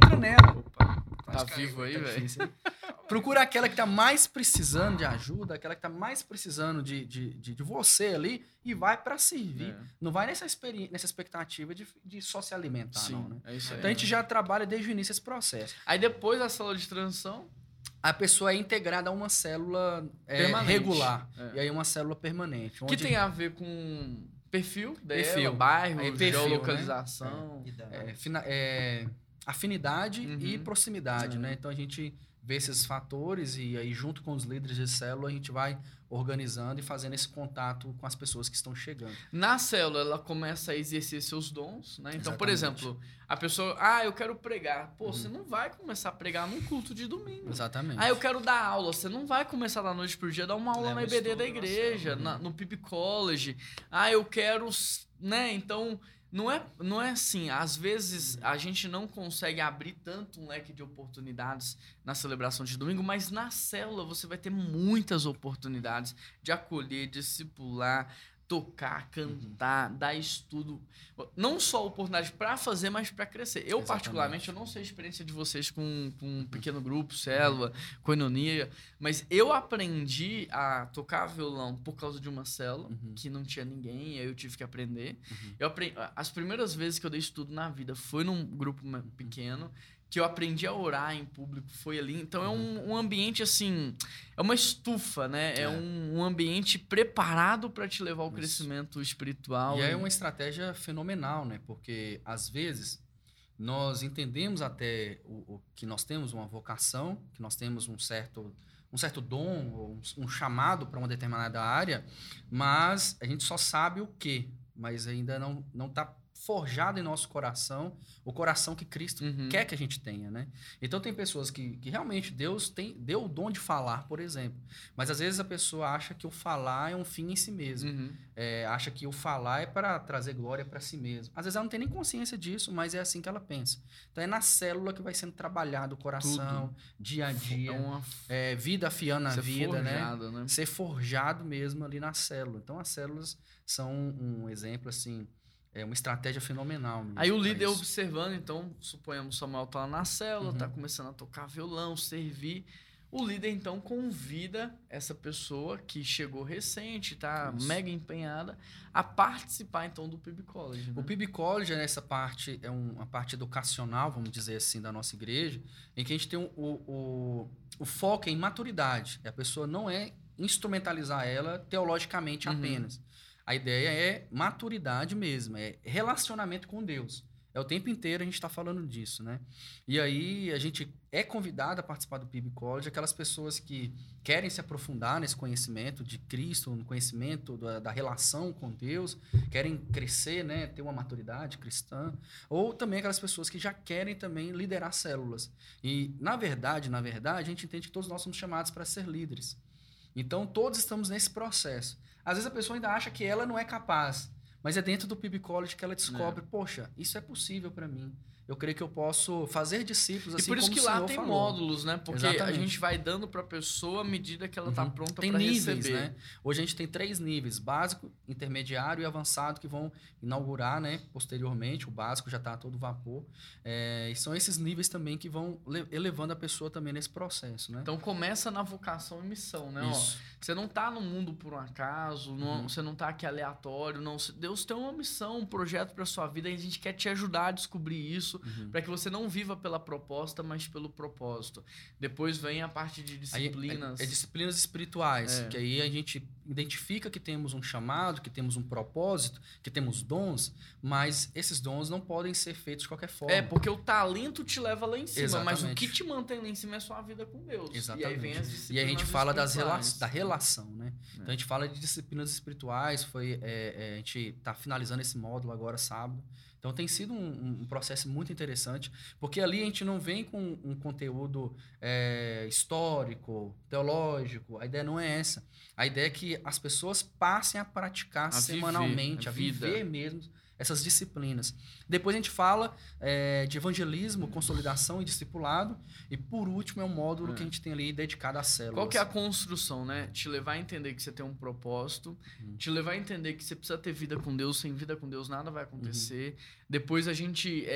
procura nela. Opa, Tá vivo aí, velho? Procura aquela que tá mais precisando de ajuda, aquela que tá mais precisando de, de, de, de você ali e vai pra servir. É. Não vai nessa, experi nessa expectativa de, de só se alimentar, Sim, não, né? é isso aí. Então a gente já trabalha desde o início esse processo. Aí depois da célula de transição, A pessoa é integrada a uma célula é, Permanente. regular. É. E aí uma célula permanente. que onde- tem a ver com perfil dela, Perfil. bairro, Aí, perfil, geolocalização. é, fina- é, afinidade Uhum. e proximidade, Uhum. né? Então a gente vê esses fatores e aí junto com os líderes de célula a gente vai organizando e fazendo esse contato com as pessoas que estão chegando. Na célula, ela começa a exercer seus dons, né? Então, por Exatamente. exemplo, a pessoa, ah, eu quero pregar. Pô, você não vai começar a pregar num culto de domingo. Exatamente. Ah, eu quero dar aula. Você não vai começar da noite pro dia dar uma aula Leva na I B D estudo da na igreja, célula. na- no P I B College. Ah, eu quero, s- né? Então, não é, não é assim. Às vezes, a gente não consegue abrir tanto um leque de oportunidades na celebração de domingo, mas na célula você vai ter muitas oportunidades de acolher, discipular, tocar, cantar, dar estudo. Não só oportunidade para fazer, mas para crescer. Eu, Exatamente. particularmente, eu não sei a experiência de vocês com, com um pequeno grupo, célula, coinonia, mas eu aprendi a tocar violão por causa de uma célula, Uhum. que não tinha ninguém, e aí eu tive que aprender. Uhum. Eu aprendi, as primeiras vezes que eu dei estudo na vida foi num grupo ma- pequeno, que eu aprendi a orar em público, foi ali. Então é um, um ambiente assim, é uma estufa, né? É, É. um, um ambiente preparado para te levar ao Isso. crescimento espiritual. E é uma estratégia fenomenal, né? Porque, às vezes, nós entendemos até o, o- que nós temos uma vocação, que nós temos um certo, um certo dom, ou um, um chamado para uma determinada área, mas a gente só sabe o quê, mas ainda não não está forjado em nosso coração o coração que Cristo Uhum. quer que a gente tenha, né? Então tem pessoas que, que realmente Deus tem, deu o dom de falar, por exemplo, mas às vezes a pessoa acha que o falar é um fim em si mesmo. Uhum. É, acha que o falar é para trazer glória para si mesmo. Às vezes ela não tem nem consciência disso, mas é assim que ela pensa. Então é na célula que vai sendo trabalhado o coração, dia a dia, É uma é, vida afiando a ser vida, né? forjado, né? Ser forjado mesmo ali na célula. Então as células são um exemplo, assim, é uma estratégia fenomenal mesmo. Aí o pra líder isso. observando, então, suponhamos Samuel tá lá na célula, Uhum. tá começando a tocar violão, servir. O líder, então, convida essa pessoa que chegou recente, tá Isso. mega empenhada, a participar, então, do P I B College. Né? O P I B College, nessa parte, é um- uma parte educacional, vamos dizer assim, da nossa igreja, em que a gente tem um- o, o, o foco em maturidade. A pessoa não é instrumentalizar ela teologicamente Uhum. apenas. A ideia é maturidade mesmo, é relacionamento com Deus. É o tempo inteiro a gente está falando disso, né? E aí a gente é convidado a participar do P I B College, aquelas pessoas que querem se aprofundar nesse conhecimento de Cristo, no conhecimento da, da relação com Deus, querem crescer, né? Ter uma maturidade cristã, ou também aquelas pessoas que já querem também liderar células. E, na verdade, na verdade, a gente entende que todos nós somos chamados para ser líderes. Então, todos estamos nesse processo. Às vezes a pessoa ainda acha que ela não é capaz, mas é dentro do P I B College que ela descobre, poxa, isso é possível para mim. Eu creio que eu posso fazer discípulos assim E por isso como que o lá Senhor tem falou. módulos, né? Porque a Exatamente. gente vai dando pra pessoa à medida que ela tá Uhum. pronta Tem pra níveis, receber. né? Hoje a gente tem três níveis, básico, intermediário e avançado, que vão inaugurar, né, posteriormente. O básico já está a todo vapor. É, e são esses níveis também que vão le- elevando a pessoa também nesse processo, né? Então começa na vocação e missão, né? Ó, Isso. você não tá no mundo por um acaso, não- Uhum. você não tá aqui aleatório, não. Deus tem uma missão, um projeto pra sua vida e a gente quer te ajudar a descobrir isso, Uhum. pra que você não viva pela proposta, mas pelo propósito. Depois vem a parte de Aí, disciplinas. É, é disciplinas espirituais, É. que aí a gente identifica que temos um chamado, que temos um propósito, que temos dons, mas esses dons não podem ser feitos de qualquer forma. É, porque o talento te leva lá em cima, mas o Exatamente. que te mantém lá em cima é a sua vida com Deus. Exatamente. E aí vem as E disciplinas a gente fala das rela espirituais. da relação, né? É. Então a gente fala de disciplinas espirituais, foi, é, é, a gente está finalizando esse módulo agora sábado. Então tem sido um, um processo muito interessante, porque ali a gente não vem com um conteúdo é, histórico, teológico, a ideia não é essa. A ideia é que as pessoas passem a praticar A viver, semanalmente, a a vida. viver mesmo essas disciplinas. Depois a gente fala é, de evangelismo, consolidação e discipulado. E por último é um módulo É. que a gente tem ali dedicado às células. Qual que é a construção, né? Te levar a entender que você tem um propósito, Uhum. te levar a entender que você precisa ter vida com Deus, sem vida com Deus nada vai acontecer. Uhum. Depois a gente é,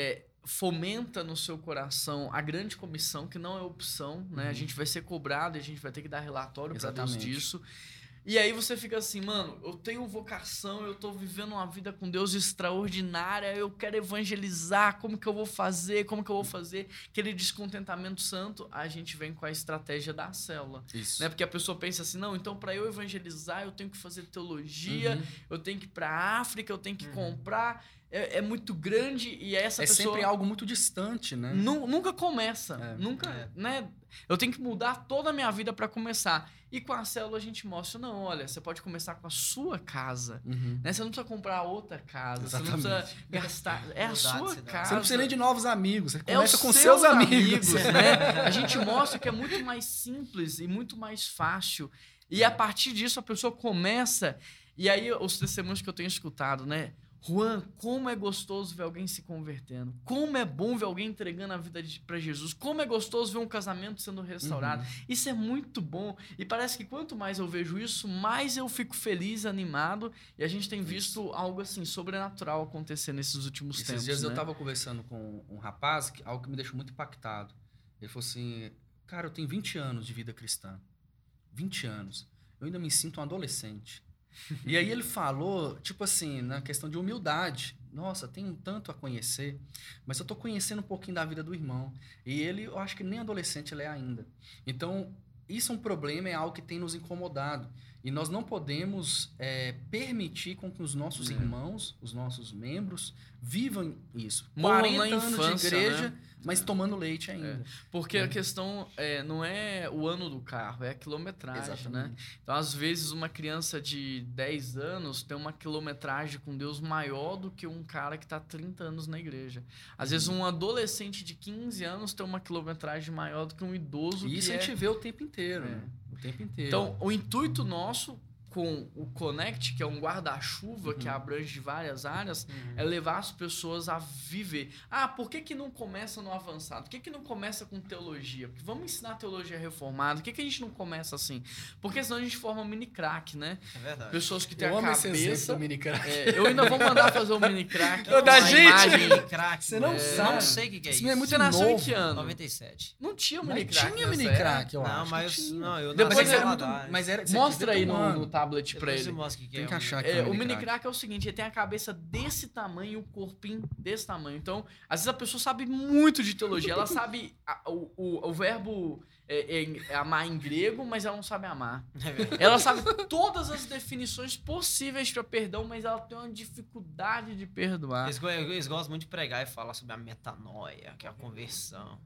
fomenta no seu coração a grande comissão, que não é opção, né? Uhum. A gente vai ser cobrado e a gente vai ter que dar relatório para Deus Exatamente. disso. E aí você fica assim, mano, eu tenho vocação, eu tô vivendo uma vida com Deus extraordinária, eu quero evangelizar, como que eu vou fazer, como que eu vou fazer? Aquele descontentamento santo, a gente vem com a estratégia da célula. Isso. Né? Porque a pessoa pensa assim, não, então para eu evangelizar eu tenho que fazer teologia, Uhum. eu tenho que ir pra África, eu tenho que Uhum. comprar, é, é muito grande e essa É pessoa... sempre algo muito distante, né? Nu- nunca começa, É. nunca, É. né? Eu tenho que mudar toda a minha vida para começar. E com a célula a gente mostra, não, olha, você pode começar com a sua casa, Uhum. né? Você não precisa comprar outra casa, você não Exatamente. precisa gastar, é a Mudar de sua cidade. casa. Você não precisa nem de novos amigos, você É começa os com seus amigos. né? A gente mostra que é muito mais simples e muito mais fácil. E a partir disso a pessoa começa, e aí os testemunhos que eu tenho escutado, né? Juan, como é gostoso ver alguém se convertendo. Como é bom ver alguém entregando a vida para Jesus. Como é gostoso ver um casamento sendo restaurado. Uhum. Isso é muito bom. E parece que quanto mais eu vejo isso, mais eu fico feliz, animado. E a gente tem visto algo assim, sobrenatural acontecer nesses últimos Esses tempos. dias né? eu tava conversando com um rapaz, que, algo que me deixou muito impactado. Ele falou assim, cara, eu tenho vinte anos de vida cristã. vinte anos. Eu ainda me sinto um adolescente. E aí ele falou, tipo assim, na questão de humildade. Nossa, tenho tanto a conhecer, mas eu tô conhecendo um pouquinho da vida do irmão. E ele, eu acho que nem adolescente ele é ainda. Então, isso é um problema, é algo que tem nos incomodado. E nós não podemos é, permitir com que os nossos É. irmãos, os nossos membros, vivam isso. Morram quarenta na anos infância, de igreja, né? mas É. tomando leite ainda. Porque É. a questão é, não é o ano do carro, é a quilometragem, né? Exatamente. Então, às vezes, uma criança de dez anos tem uma quilometragem com Deus maior do que um cara que está trinta anos na igreja. Às vezes, um adolescente de quinze anos tem uma quilometragem maior do que um idoso E que isso é... a gente vê o tempo inteiro, É. né? O tempo inteiro. Então, o intuito nosso com o Connect, que é um guarda-chuva que abrange várias áreas, Uhum. é levar as pessoas a viver. Ah, por que que não começa no avançado? Por que que não começa com teologia? Porque vamos ensinar teologia reformada. Por que que a gente não começa assim? Porque senão a gente forma um mini crack, né? É verdade. Pessoas que têm eu a amo esse exemplo cabeça... do mini crack. É, eu ainda vou mandar fazer um mini crack. Ô, da uma gente! imagem- Crack, Você não mano. sabe. Não sei o que, que é Isso isso. é muito Você nasceu em novo. que ano? noventa e sete. Não tinha Mas mini crack tinha nessa mini era. crack, eu Não, acho. mas que eu, tinha. não, eu Depois Mas nasci era lá muito... atrás. Mas era, você Mostra devia aí ter um no, ano. no tablet pra Depois ele. eu mostro o que que Tem é. que um- achar aqui É, o o mini mini crack. crack é o seguinte, ele tem a cabeça desse tamanho e o corpinho desse tamanho. Então, às vezes a pessoa sabe muito de teologia. Ela sabe a- o, o, o verbo é, é, é amar em grego, mas ela não sabe amar. É verdade. Ela sabe todas as definições possíveis para perdão, mas ela tem uma dificuldade de perdoar. Eles, go- eles gostam muito de pregar e falar sobre a metanoia, que é a conversão.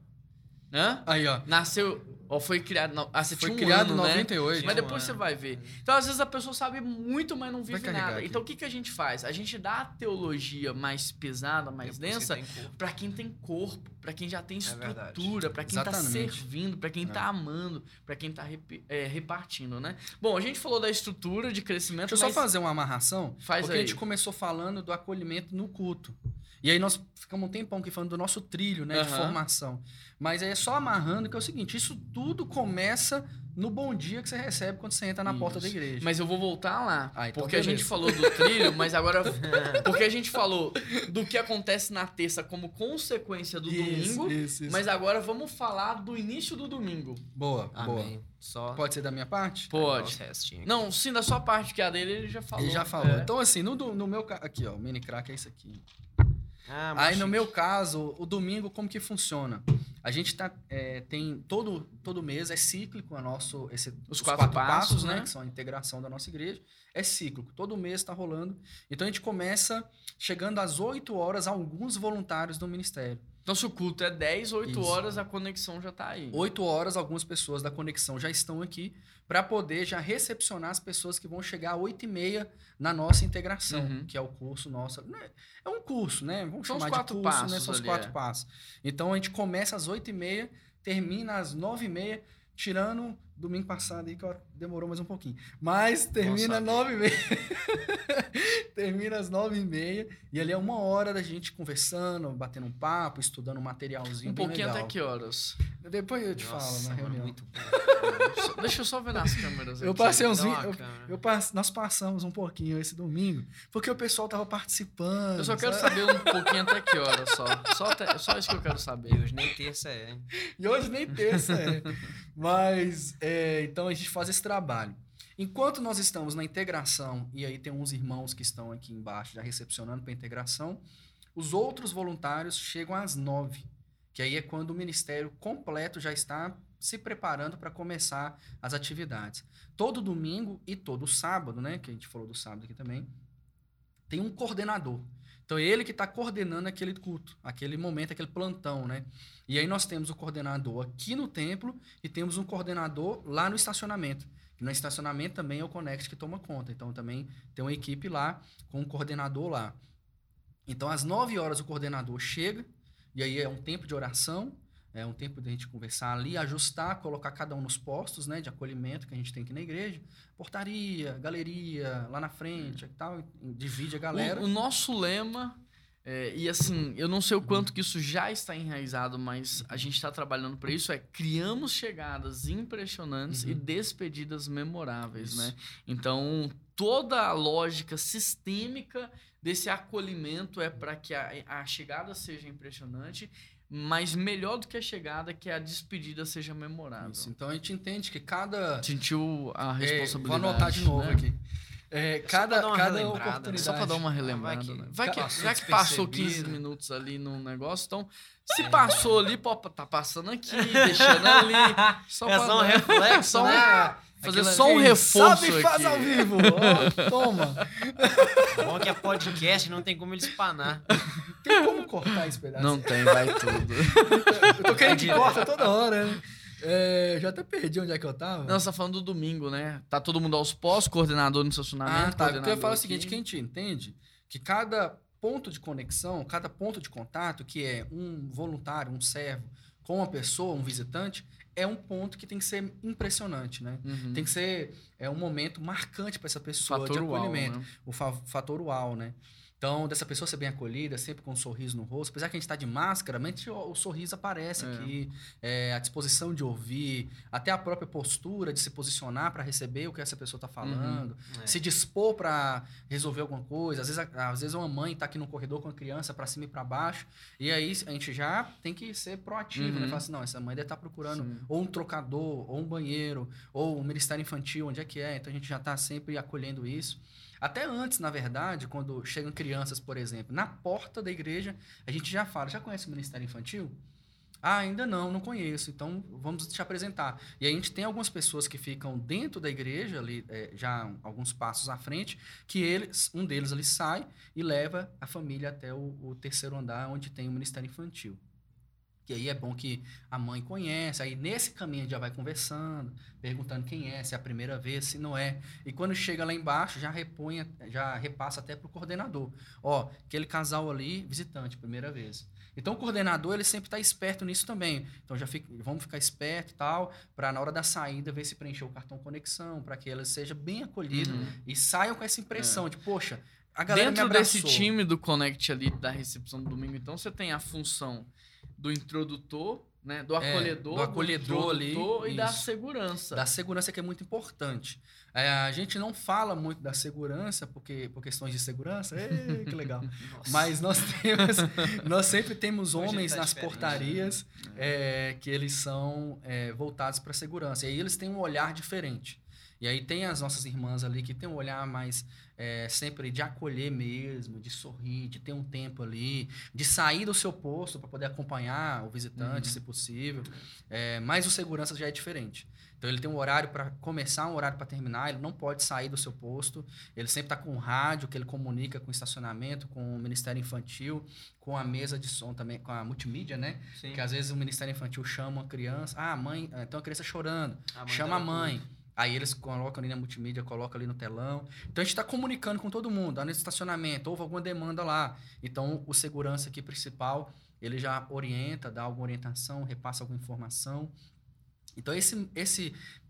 Hã? Aí, ó. Nasceu, ou foi criado... Não, ah, você Foi tinha um criado em ano, né? noventa e oito. Mas Tinha um depois você ano. vai ver. Então, às vezes, a pessoa sabe muito, mas não vive carregar nada. aqui. Então, o que, que a gente faz? A gente dá a teologia mais pesada, mais Depois densa, que tem corpo. pra quem tem corpo, pra quem já tem verdade. estrutura, pra quem tá Exatamente. servindo, pra quem É. tá amando, pra quem tá repi- é, repartindo, né? Bom, a gente falou da estrutura de crescimento, Deixa eu mas... só fazer uma amarração. Faz porque aí. a gente começou falando do acolhimento no culto. E aí nós ficamos um tempão aqui falando do nosso trilho, né, de Aham. formação. Mas aí é só amarrando que é o seguinte, isso tudo começa no bom dia que você recebe quando você entra na porta Isso. da igreja. Mas eu vou voltar lá, Ah, então porque a beleza. gente falou do trilho, mas agora... Porque a gente falou do que acontece na terça como consequência do domingo, Isso, isso. mas agora vamos falar do início do domingo. Boa, boa. Amém. Só Pode ser da minha parte? Pode. os restinhos. Não, sim, da sua parte, que a dele ele já falou. Ele já falou. É. Então, assim, no, do- no meu... ca- Aqui, ó, o mini crack é isso aqui. Ah, Aí, mas no meu caso, o domingo, como que funciona? A gente tá, é, tem todo, todo mês, é cíclico a nosso, esse, Os quatro passos, né? Que são a integração da nossa igreja. É cíclico, todo mês está rolando. Então, a gente começa chegando às oito horas, alguns voluntários do ministério. Então, se o culto é dez, oito Isso. horas, a conexão já tá aí. oito horas, algumas pessoas da conexão já estão aqui para poder já recepcionar as pessoas que vão chegar às oito e meia na nossa integração, Uhum. que é o curso nosso. né? É um curso, né? Vamos São os chamar de quatro curso, passos né? São os ali, quatro é. passos. Então a gente começa às oito e meia, termina às nove e meia, tirando domingo passado aí que eu- demorou mais um pouquinho. Mas termina saber. nove e meia. Termina às nove e meia. E ali é uma hora da gente conversando, batendo um papo, estudando um materialzinho Um bem pouquinho legal. até que horas? Depois eu te falo Nossa, na mano, reunião. muito bom. Só- Deixa eu só ver nas câmeras Eu aqui. passei uns Dá vinte, uma eu, câmera. eu pass- nós passamos um pouquinho esse domingo, porque o pessoal tava participando. Eu só quero sabe? saber um pouquinho até que hora só. Só, até- só isso que eu quero saber. E hoje nem terça é. hein? E hoje nem terça é. Mas, é, então a gente faz esse trabalho. Enquanto nós estamos na integração, e aí tem uns irmãos que estão aqui embaixo já recepcionando para a integração, os outros voluntários chegam às nove, que aí é quando o ministério completo já está se preparando para começar as atividades. Todo domingo e todo sábado, né, que a gente falou do sábado aqui também, tem um coordenador. Então, é ele que está coordenando aquele culto, aquele momento, aquele plantão, né? E aí nós temos o coordenador aqui no templo e temos um coordenador lá no estacionamento. E no estacionamento também é o Connect que toma conta. Então, também tem uma equipe lá com um coordenador lá. Então, às nove horas o coordenador chega, e aí é um tempo de oração, é um tempo de a gente conversar ali, ajustar, colocar cada um nos postos, né, de acolhimento que a gente tem aqui na igreja. Portaria, galeria, lá na frente e tal, divide a galera. O, o nosso lema, é, e assim, eu não sei o quanto que isso já está enraizado, mas a gente está trabalhando para isso, é criamos chegadas impressionantes Uhum. e despedidas memoráveis, Isso. né? Então, toda a lógica sistêmica desse acolhimento é para que a, a chegada seja impressionante, mas melhor do que a chegada, que a despedida seja memorável. Isso, então a gente entende que cada... Sentiu a É, responsabilidade. vou anotar de novo né? aqui. É, Só cada pra dar uma cada relembrada, né? oportunidade. Só pra dar uma Vai relembrada, que né? Vai que, passou já que passou despercebido. quinze minutos ali no negócio, então, se passou ali, pô, tá passando aqui, deixando ali. Só É pra só um dar- reflexo, só um- né? Fazer Aquela- só um Quem reforço sabe faz aqui. ao vivo. Ó, toma. Bom que é podcast, não tem como ele espanar. Tem como cortar esse pedaço? Não tem, vai tudo. Eu tô querendo que corta toda hora, né? É, já até perdi onde é que eu tava. Não, você tá falando do domingo, né? Tá todo mundo aos pós, coordenador no estacionamento. Ah, tá. Porque eu coordenador falo o aqui. seguinte, que a gente entende que cada ponto de conexão, cada ponto de contato, que é um voluntário, um servo, com uma pessoa, um visitante, é um ponto que tem que ser impressionante, né? Uhum. Tem que ser é um momento marcante para essa pessoa Fator de uau, acolhimento. né? O fa- fator uau, né? Então, dessa pessoa ser bem acolhida, sempre com um sorriso no rosto. Apesar que a gente está de máscara, mas o, o sorriso aparece É. aqui. É, a disposição de ouvir, até a própria postura de se posicionar para receber o que essa pessoa está falando. É. Se dispor para resolver alguma coisa. Às vezes, a- às vezes uma mãe está aqui no corredor com a criança para cima e para baixo. E aí a gente já tem que ser proativo, Uhum. né? Falar assim, não, essa mãe deve estar procurando Sim. ou um trocador, ou um banheiro, ou um ministério infantil, onde é que é. Então a gente já está sempre acolhendo isso. Até antes, na verdade, quando chegam crianças, por exemplo, na porta da igreja, a gente já fala, já conhece o ministério infantil? Ah, ainda não, não conheço, então vamos te apresentar. E aí a gente tem algumas pessoas que ficam dentro da igreja, ali, é, já alguns passos à frente, que eles, um deles ali sai e leva a família até o, o terceiro andar, onde tem o ministério infantil. Que aí é bom que a mãe conhece, aí nesse caminho a gente já vai conversando, perguntando quem é, se é a primeira vez, se não é. E quando chega lá embaixo, já repõe, já repassa até para o coordenador. Ó, aquele casal ali, visitante, primeira vez. Então o coordenador, ele sempre está esperto nisso também. Então já fica, vamos ficar esperto e tal, para na hora da saída ver se preencheu o cartão conexão, para que ela seja bem acolhida Uhum. e saiam com essa impressão de, poxa, a galera Dentro me desse abraçou. time do Connect ali, da recepção do domingo, então, você tem a função do introdutor, né? Do É, acolhedor, do acolhedor ali, introdutor e da isso. segurança. Da segurança que é muito importante. É, a gente não fala muito da segurança, porque por questões de segurança, Ei, que legal. Nossa. Mas nós temos, nós sempre temos Hoje homens tá nas diferente, portarias é, que eles são é, voltados para a segurança. E aí eles têm um olhar diferente. E aí tem as nossas irmãs ali que tem um olhar mais é, sempre de acolher mesmo, de sorrir, de ter um tempo ali, de sair do seu posto para poder acompanhar o visitante, Uhum. se possível. É, mas o segurança já é diferente. Então ele tem um horário para começar, um horário para terminar, ele não pode sair do seu posto, ele sempre está com o rádio, que ele comunica com o estacionamento, com o Ministério Infantil, com a mesa de som também, com a multimídia, né? Sim. Que às vezes o Ministério Infantil chama uma criança, ah, a mãe, ah, tem uma criança chorando, A mãe chama tá a no mãe. Aí eles colocam ali na multimídia, colocam ali no telão. Então a gente está comunicando com todo mundo. Ah, no estacionamento, houve alguma demanda lá. Então o segurança aqui principal, ele já orienta, dá alguma orientação, repassa alguma informação. Então esse, esse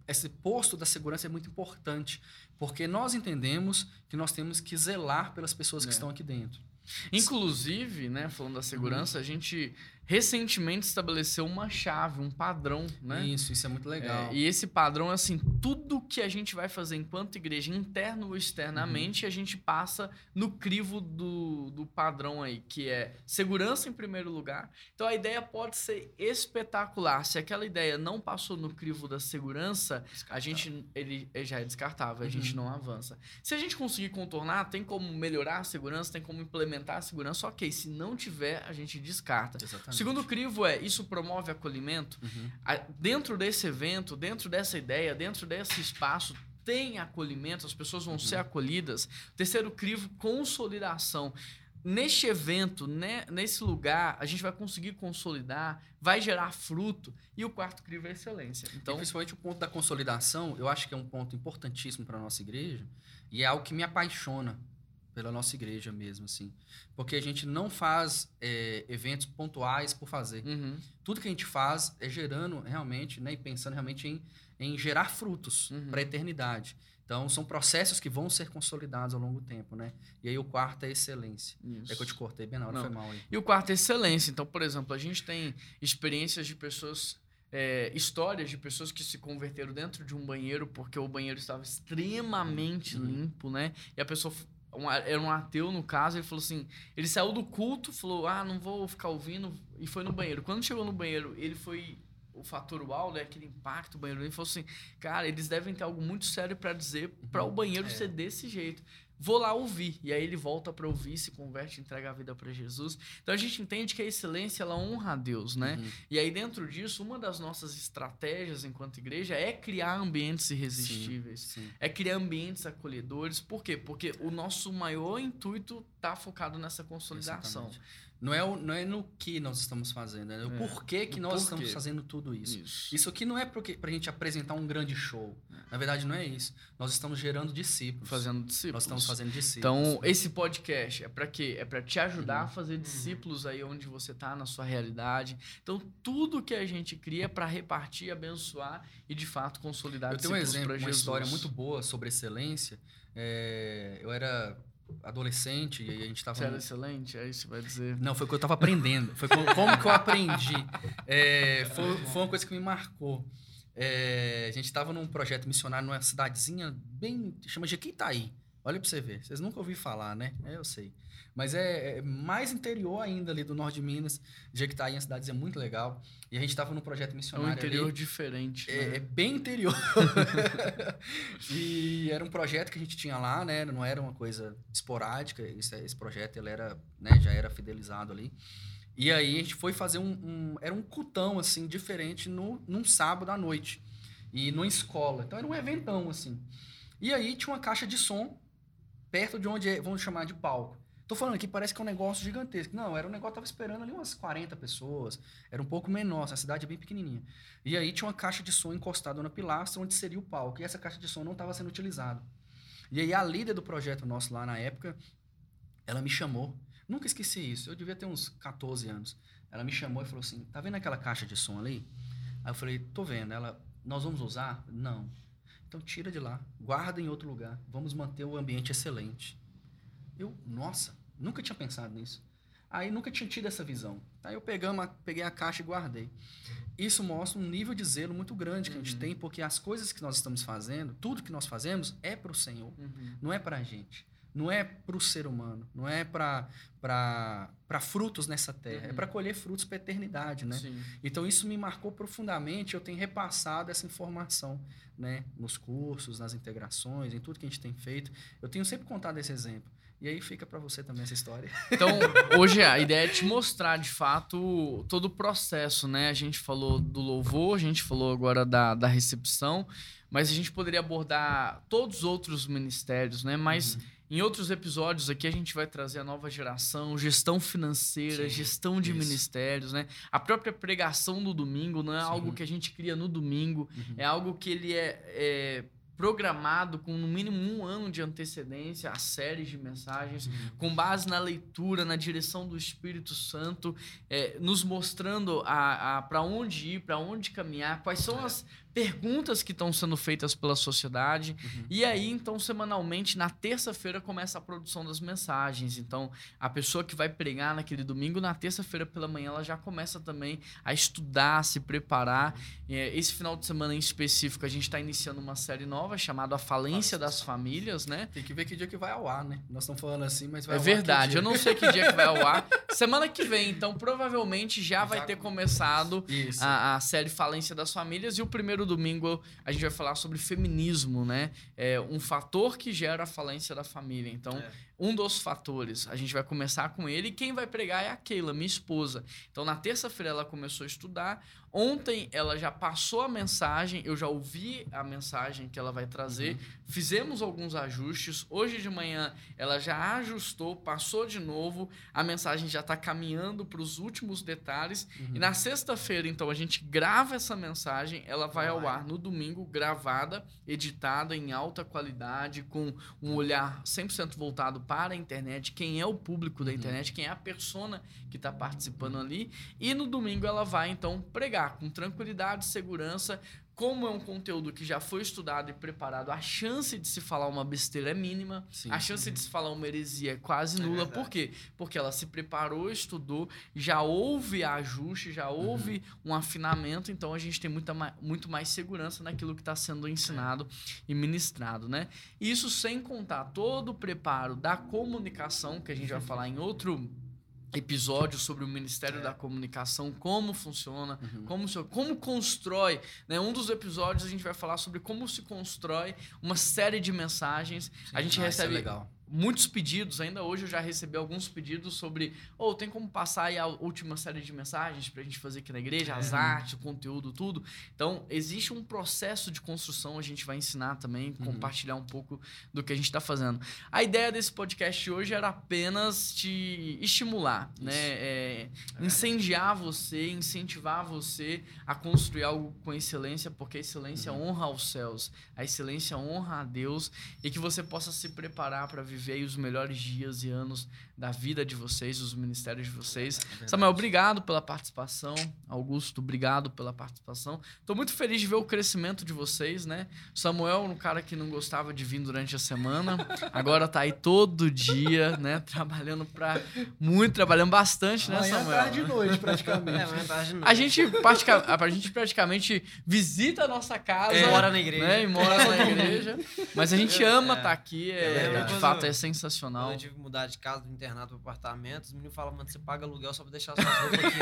esse posto da segurança é muito importante, porque nós entendemos que nós temos que zelar pelas pessoas que É. estão aqui dentro. Inclusive, né, falando da segurança, a gente recentemente estabeleceu uma chave, um padrão, né? Isso, isso é muito legal. É, e esse padrão, assim, tudo que a gente vai fazer enquanto igreja, interno ou externamente, a gente passa no crivo do, do padrão aí, que é segurança em primeiro lugar. Então a ideia pode ser espetacular. Se aquela ideia não passou no crivo da segurança, a gente ele, ele já é descartável, a gente não avança. Se a gente conseguir contornar, tem como melhorar a segurança, tem como implementar a segurança, ok. Se não tiver, a gente descarta. Exatamente. O segundo crivo é, isso promove acolhimento? Uhum. A- Dentro desse evento, dentro dessa ideia, dentro desse espaço, tem acolhimento, as pessoas vão ser acolhidas. Terceiro crivo, consolidação. Neste evento, né, nesse lugar, a gente vai conseguir consolidar, vai gerar fruto. E o quarto crivo é excelência. Então, Então, principalmente o ponto da consolidação, eu acho que é um ponto importantíssimo para a nossa igreja e é algo que me apaixona pela nossa igreja mesmo, assim. Porque a gente não faz é, eventos pontuais por fazer. uhum, Tudo que a gente faz é gerando realmente, né, e pensando realmente em, em gerar frutos Uhum. para a eternidade. Então, são processos que vão ser consolidados ao longo do tempo, né? E aí o quarto é excelência. isso. É que eu te cortei bem na hora, Não. foi mal aí. E o quarto é excelência. Então, por exemplo, a gente tem experiências de pessoas, é, histórias de pessoas que se converteram dentro de um banheiro porque o banheiro estava extremamente Uhum. limpo, né? E a pessoa, um, era um ateu no caso, ele falou assim, ele saiu do culto, falou, ah, não vou ficar ouvindo, e foi no banheiro. Quando chegou no banheiro, ele foi o fator uau, né? Aquele impacto do banheiro, ele falou assim, cara, eles devem ter algo muito sério para dizer para o banheiro É. ser desse jeito. Vou lá ouvir. E aí ele volta para ouvir, se converte, entrega a vida para Jesus. Então a gente entende que a excelência, ela honra a Deus, né? Uhum. E aí dentro disso, uma das nossas estratégias enquanto igreja é criar ambientes irresistíveis. Sim. É criar ambientes acolhedores. Por quê? Porque o nosso maior intuito tá focado nessa consolidação. Exatamente. Não é, o, não é no que nós estamos fazendo, é no É. porquê que No nós porquê. estamos fazendo tudo isso. Isso. Isso aqui não é porque, pra gente apresentar um grande show. Na verdade, não é isso. Nós estamos gerando discípulos. Fazendo discípulos. Nós estamos fazendo discípulos. Então, esse podcast é para quê? É para te ajudar Uhum. a fazer discípulos aí onde você tá, na sua realidade. Então, tudo que a gente cria é para repartir, abençoar e, de fato, consolidar Eu tenho um discípulos exemplo, pra uma Jesus. história muito boa sobre excelência. É, eu era adolescente e a gente estava... Você era excelente? É isso que vai dizer. Não, foi o que eu estava aprendendo. Foi como, como que eu aprendi. É, foi, foi uma coisa que me marcou. É, a gente estava num projeto missionário numa cidadezinha bem... Chama Jequitaí. Olha para você ver. Vocês nunca ouviram falar, né? É, eu sei. Mas é, é mais interior ainda ali do norte de Minas. Jequitaí é uma cidadezinha muito legal. E a gente estava num projeto É um missionário interior ali. diferente. É, né? é bem interior. E era um projeto que a gente tinha lá, né? Não era uma coisa esporádica. Esse, esse projeto ele era, né? Já era fidelizado ali. E aí a gente foi fazer um... um era um cultão, assim, diferente no, num sábado à noite. E numa escola. Então era um eventão, assim. E aí tinha uma caixa de som perto de onde é, vamos chamar de palco. Tô falando aqui, parece que é um negócio gigantesco. Não, era um negócio, tava esperando ali umas quarenta pessoas. Era um pouco menor, a cidade é bem pequenininha. E aí tinha uma caixa de som encostada na pilastra, onde seria o palco. E essa caixa de som não estava sendo utilizada. E aí a líder do projeto nosso lá na época, ela me chamou. Nunca esqueci isso, eu devia ter uns catorze anos. Ela me chamou e falou assim, tá vendo aquela caixa de som ali? Aí eu falei, tô vendo. Ela, nós vamos usar? Não. Então tira de lá, guarda em outro lugar. Vamos manter o ambiente excelente. Eu, nossa, nunca tinha pensado nisso. Aí nunca tinha tido essa visão. Aí eu pegamos a, peguei a caixa e guardei. Isso mostra um nível de zelo muito grande que a gente Uhum. tem, porque as coisas que nós estamos fazendo, tudo que nós fazemos é para o Senhor, Uhum. não é para a gente. Não é para o ser humano, não é para frutos nessa terra, Uhum. é para colher frutos para a eternidade, né? Sim. Então isso me marcou profundamente, eu tenho repassado essa informação, né, nos cursos, nas integrações, em tudo que a gente tem feito. Eu tenho sempre contado esse exemplo. E aí fica para você também essa história. Então, hoje a ideia é te mostrar, de fato, todo o processo, né? A gente falou do louvor, a gente falou agora da, da recepção, mas a gente poderia abordar todos os outros ministérios, né? Mas Uhum. em outros episódios aqui a gente vai trazer a nova geração, gestão financeira, Sim, gestão de isso. ministérios, né? A própria pregação do domingo não é Sim. algo que a gente cria no domingo, Uhum. é algo que ele é... é programado com no mínimo um ano de antecedência, as séries de mensagens, Uhum. com base na leitura, na direção do Espírito Santo, é, nos mostrando a, a, para onde ir, para onde caminhar, quais são É. as perguntas que estão sendo feitas pela sociedade. Uhum. E aí, então, semanalmente, na terça-feira, começa a produção das mensagens. Então, a pessoa que vai pregar naquele domingo, na terça-feira pela manhã, ela já começa também a estudar, a se preparar. É, esse final de semana em específico, a gente está iniciando uma série nova chamada A Falência das Famílias, né? Tem que ver que dia que vai ao ar, né? Nós estamos falando assim, mas vai É ao ar verdade, que dia? eu não sei que dia que vai ao ar. Semana que vem, então, provavelmente já vai Já ter começado Isso. a, a série Falência das Famílias. E o primeiro domingo a gente vai falar sobre feminismo, né? É um fator que gera a falência da família. Então, É. um dos fatores, a gente vai começar com ele. E quem vai pregar é a Keila, minha esposa. Então, na terça-feira ela começou a estudar. Ontem ela já passou a mensagem, eu já ouvi a mensagem que ela vai trazer. Uhum. Fizemos alguns ajustes. Hoje de manhã ela já ajustou, passou de novo. A mensagem já está caminhando para os últimos detalhes. Uhum. E na sexta-feira, então, a gente grava essa mensagem. Ela vai ao ar no domingo, gravada, editada em alta qualidade, com um olhar cem por cento voltado para a internet. Quem é o público da Uhum. internet, quem é a persona que está participando ali. E no domingo ela vai, então, pregar com tranquilidade, segurança. Como é um conteúdo que já foi estudado e preparado, a chance de se falar uma besteira é mínima. Sim. A chance de se falar uma heresia é quase É nula. verdade. Por quê? Porque ela se preparou, estudou, já houve ajuste, já houve um afinamento. Então, a gente tem muita ma- muito mais segurança naquilo que está sendo ensinado e ministrado, né? Isso sem contar todo o preparo da comunicação, que a gente vai falar em outro episódio sobre o Ministério É. da Comunicação, como funciona, Uhum. como, se- como constrói, né? Um dos episódios a gente vai falar sobre como se constrói uma série de mensagens. A gente Ah, isso é recebe legal. muitos pedidos, ainda hoje eu já recebi alguns pedidos sobre, ou tem como passar aí a última série de mensagens pra gente fazer aqui na igreja, as artes, o conteúdo, tudo. Então, existe um processo de construção, a gente vai ensinar também, Uhum. compartilhar um pouco do que a gente tá fazendo. A ideia desse podcast hoje era apenas te estimular, né? É, incendiar você, incentivar você a construir algo com excelência, porque a excelência honra aos céus, a excelência honra a Deus, e que você possa se preparar para viver aí os melhores dias e anos da vida de vocês, dos ministérios de vocês. Samuel, obrigado pela participação. Augusto, obrigado pela participação. Estou muito feliz de ver o crescimento de vocês, né? Samuel, um cara que não gostava de vir durante a semana, agora tá aí todo dia, né? Trabalhando para muito, trabalhando bastante, né, Amanhã, Samuel? tarde e noite, praticamente. É, mas tarde não. A gente, pratica- a gente praticamente visita a nossa casa, É. Mora na igreja. né, e mora na igreja, mas a gente ama estar aqui, é, verdade. de fato é Quando sensacional. eu tive que mudar de casa do internato pro apartamento, os meninos falam, mano, você paga aluguel só pra deixar suas roupas aqui,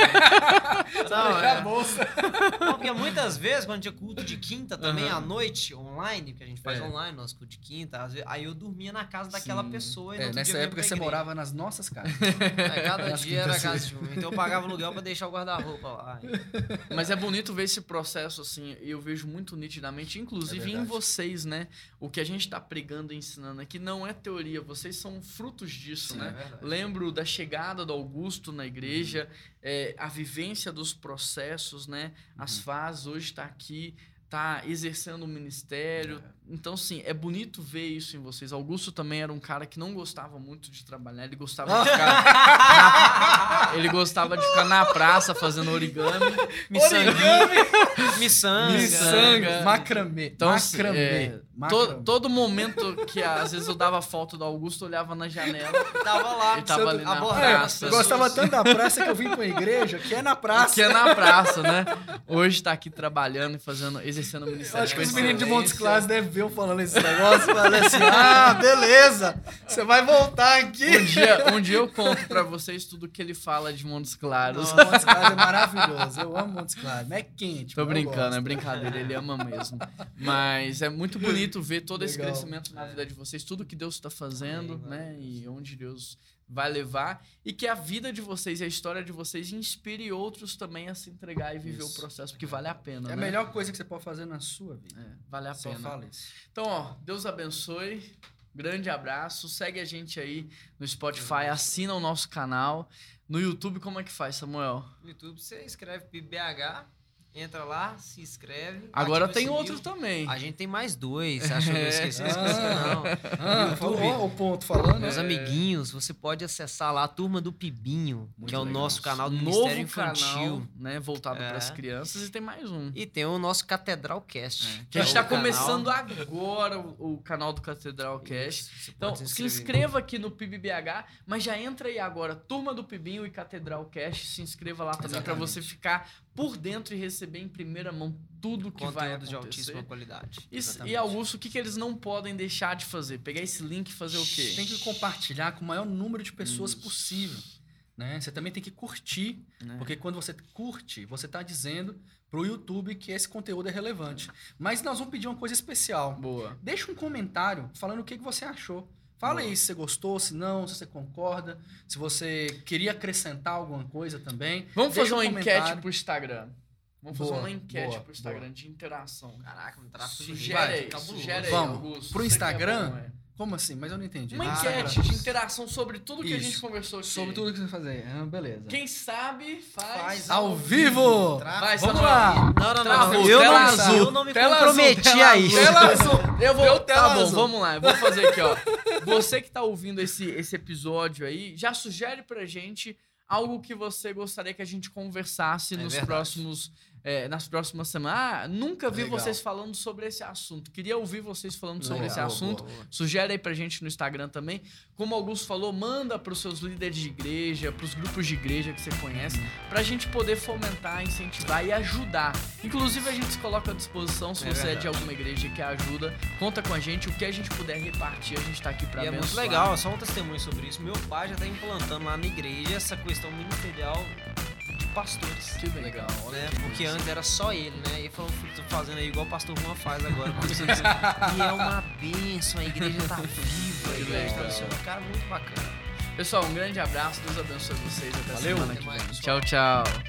né? Não, é. bolsa. Não, porque muitas vezes, quando tinha culto de quinta também, Aham. à noite, online, que a gente faz É. online, nosso culto de quinta, às vezes, aí eu dormia na casa daquela Sim. pessoa. E no É, outro nessa dia eu vinha época pra você igreja. morava nas nossas casas. É, cada Nas dia era quintas-feiras. casa de um. Então eu pagava aluguel pra deixar o guarda-roupa lá. Mas é bonito ver esse processo, assim, e eu vejo muito nitidamente, inclusive É em verdade. vocês, né? O que a gente tá pregando e ensinando aqui não é teoria, vocês são frutos disso, Sim, né? é verdade. Lembro da chegada do Augusto na igreja, é, a vivência dos processos, né? As fases, hoje tá aqui, tá exercendo o ministério. Então, assim, é bonito ver isso em vocês. Augusto também era um cara que não gostava muito de trabalhar, ele gostava de ficar na, ele gostava de ficar na praça fazendo origami. Miçanga. Miçanga. Miçanga. Macramê. Então, Macramê. é, Macramê. to- todo momento que às vezes eu dava foto do Augusto, eu olhava na janela, Tava lá. ele tava ali na abordando É, praça. eu gostava tanto da praça que eu vim pra igreja, que é na praça. Que é na praça, né? Hoje tá aqui trabalhando e fazendo, exercendo o Eu ministério. acho que com os meninos de Montes excelência. Claros devem ver eu falando esse negócio e falam assim, ah, beleza, você vai voltar aqui. Um dia, um dia eu conto pra vocês tudo que ele fala de Montes Claros. Nossa, Montes Claros é maravilhoso, eu amo Montes Claros, mas é quente. Tô mas eu brincando, é gosto. brincadeira, ele ama mesmo. Mas é muito bonito ver todo esse Legal. crescimento na vida de vocês, tudo que Deus está fazendo, Amém, né? E onde Deus vai levar. E que a vida de vocês e a história de vocês inspire outros também a se entregar e viver Isso. o processo, porque vale a pena, É a né? melhor coisa que você pode fazer na sua vida. É, vale a Só pena. fala isso. Então, ó, Deus abençoe. Grande abraço. Segue a gente aí no Spotify, assina o nosso canal. No YouTube, como é que faz, Samuel? No YouTube você escreve P I B B H, Entra lá, se inscreve. Agora ativa tem o outro sininho. também. A gente tem mais dois. Você achou que eu esqueci? Não esqueci, não. Ah, falou ó, o ponto falando. Meus né? amiguinhos, você pode acessar lá a Turma do Pibinho, Muito que é o legal. nosso canal do Novo Ministério Infantil. canal, né, voltado É. para as crianças, e tem mais um. E tem o nosso Catedral Cast. É, Que a gente é está o canal- começando agora o, o canal do Catedral Cast. Isso, você Então, pode se inscreva aqui no P I B B H, mas já entra aí agora, Turma do Pibinho e Catedral Cast, se inscreva lá também para Exatamente. você ficar por dentro e receber em primeira mão tudo que vai Conteúdo de acontecer. altíssima qualidade. E, Exatamente. e Augusto, o que, que eles não podem deixar de fazer? Pegar esse link e fazer o quê? Tem que compartilhar com o maior número de pessoas possível. Né? Você também tem que curtir, Né? porque quando você curte, você está dizendo pro YouTube que esse conteúdo é relevante. Mas nós vamos pedir uma coisa especial. Boa. Deixa um comentário falando o que que você achou. Fala Boa. aí se você gostou, se não, se você concorda, se você queria acrescentar alguma coisa também. Vamos Deixa fazer um uma comentário. enquete pro Instagram. Vamos fazer Boa, uma enquete boa, pro Instagram de interação. Caraca, me traz Sugere Vai, aí, cabuloso. sugere aí, Vamos. Augusto. Pro Você que é Instagram? bom, é. Como assim? Mas eu não entendi. Uma Ah, enquete de interação sobre tudo que a Isso. gente conversou aqui. Sobre tudo que você fazer. Ah, beleza. Quem sabe faz, Faz Ao vivo! Vai, Vamos Samuel. lá! Não, não, não. Travou, eu, tela não azul. eu não me Tela comprometi azul, a tela isso. azul. Tela azul! Eu vou, Deu tá tela bom, azul. vamos lá. Eu vou fazer aqui, ó. Você que tá ouvindo esse, esse episódio aí, já sugere pra gente algo que você gostaria que a gente conversasse É nos verdade. próximos, é, nas próximas semanas. Ah, nunca vi Legal. vocês falando sobre esse assunto. Queria ouvir vocês falando sobre Legal, esse boa, assunto. boa, boa. Sugere aí pra gente no Instagram também. Como o Augusto falou, manda pros seus líderes de igreja, pros grupos de igreja que você conhece, pra gente poder fomentar, incentivar e ajudar. Inclusive, a gente se coloca à disposição, se É você é verdade. de alguma igreja que ajuda, conta com a gente. O que a gente puder repartir, a gente tá aqui pra E é abençoar. muito legal, só um testemunho sobre isso. Meu pai já tá implantando lá na igreja essa questão ministerial de pastores. Que legal. Né? Porque antes era só ele, né? E ele falou, filho, tô fazendo aí igual o pastor Juan faz agora. E é uma bênção, a igreja tá viva, a igreja tá legal. funcionando. Cara, muito bacana. Pessoal, um grande abraço, Deus abençoe vocês. Até Valeu. semana Até que mais, vem. pessoal. Tchau, tchau.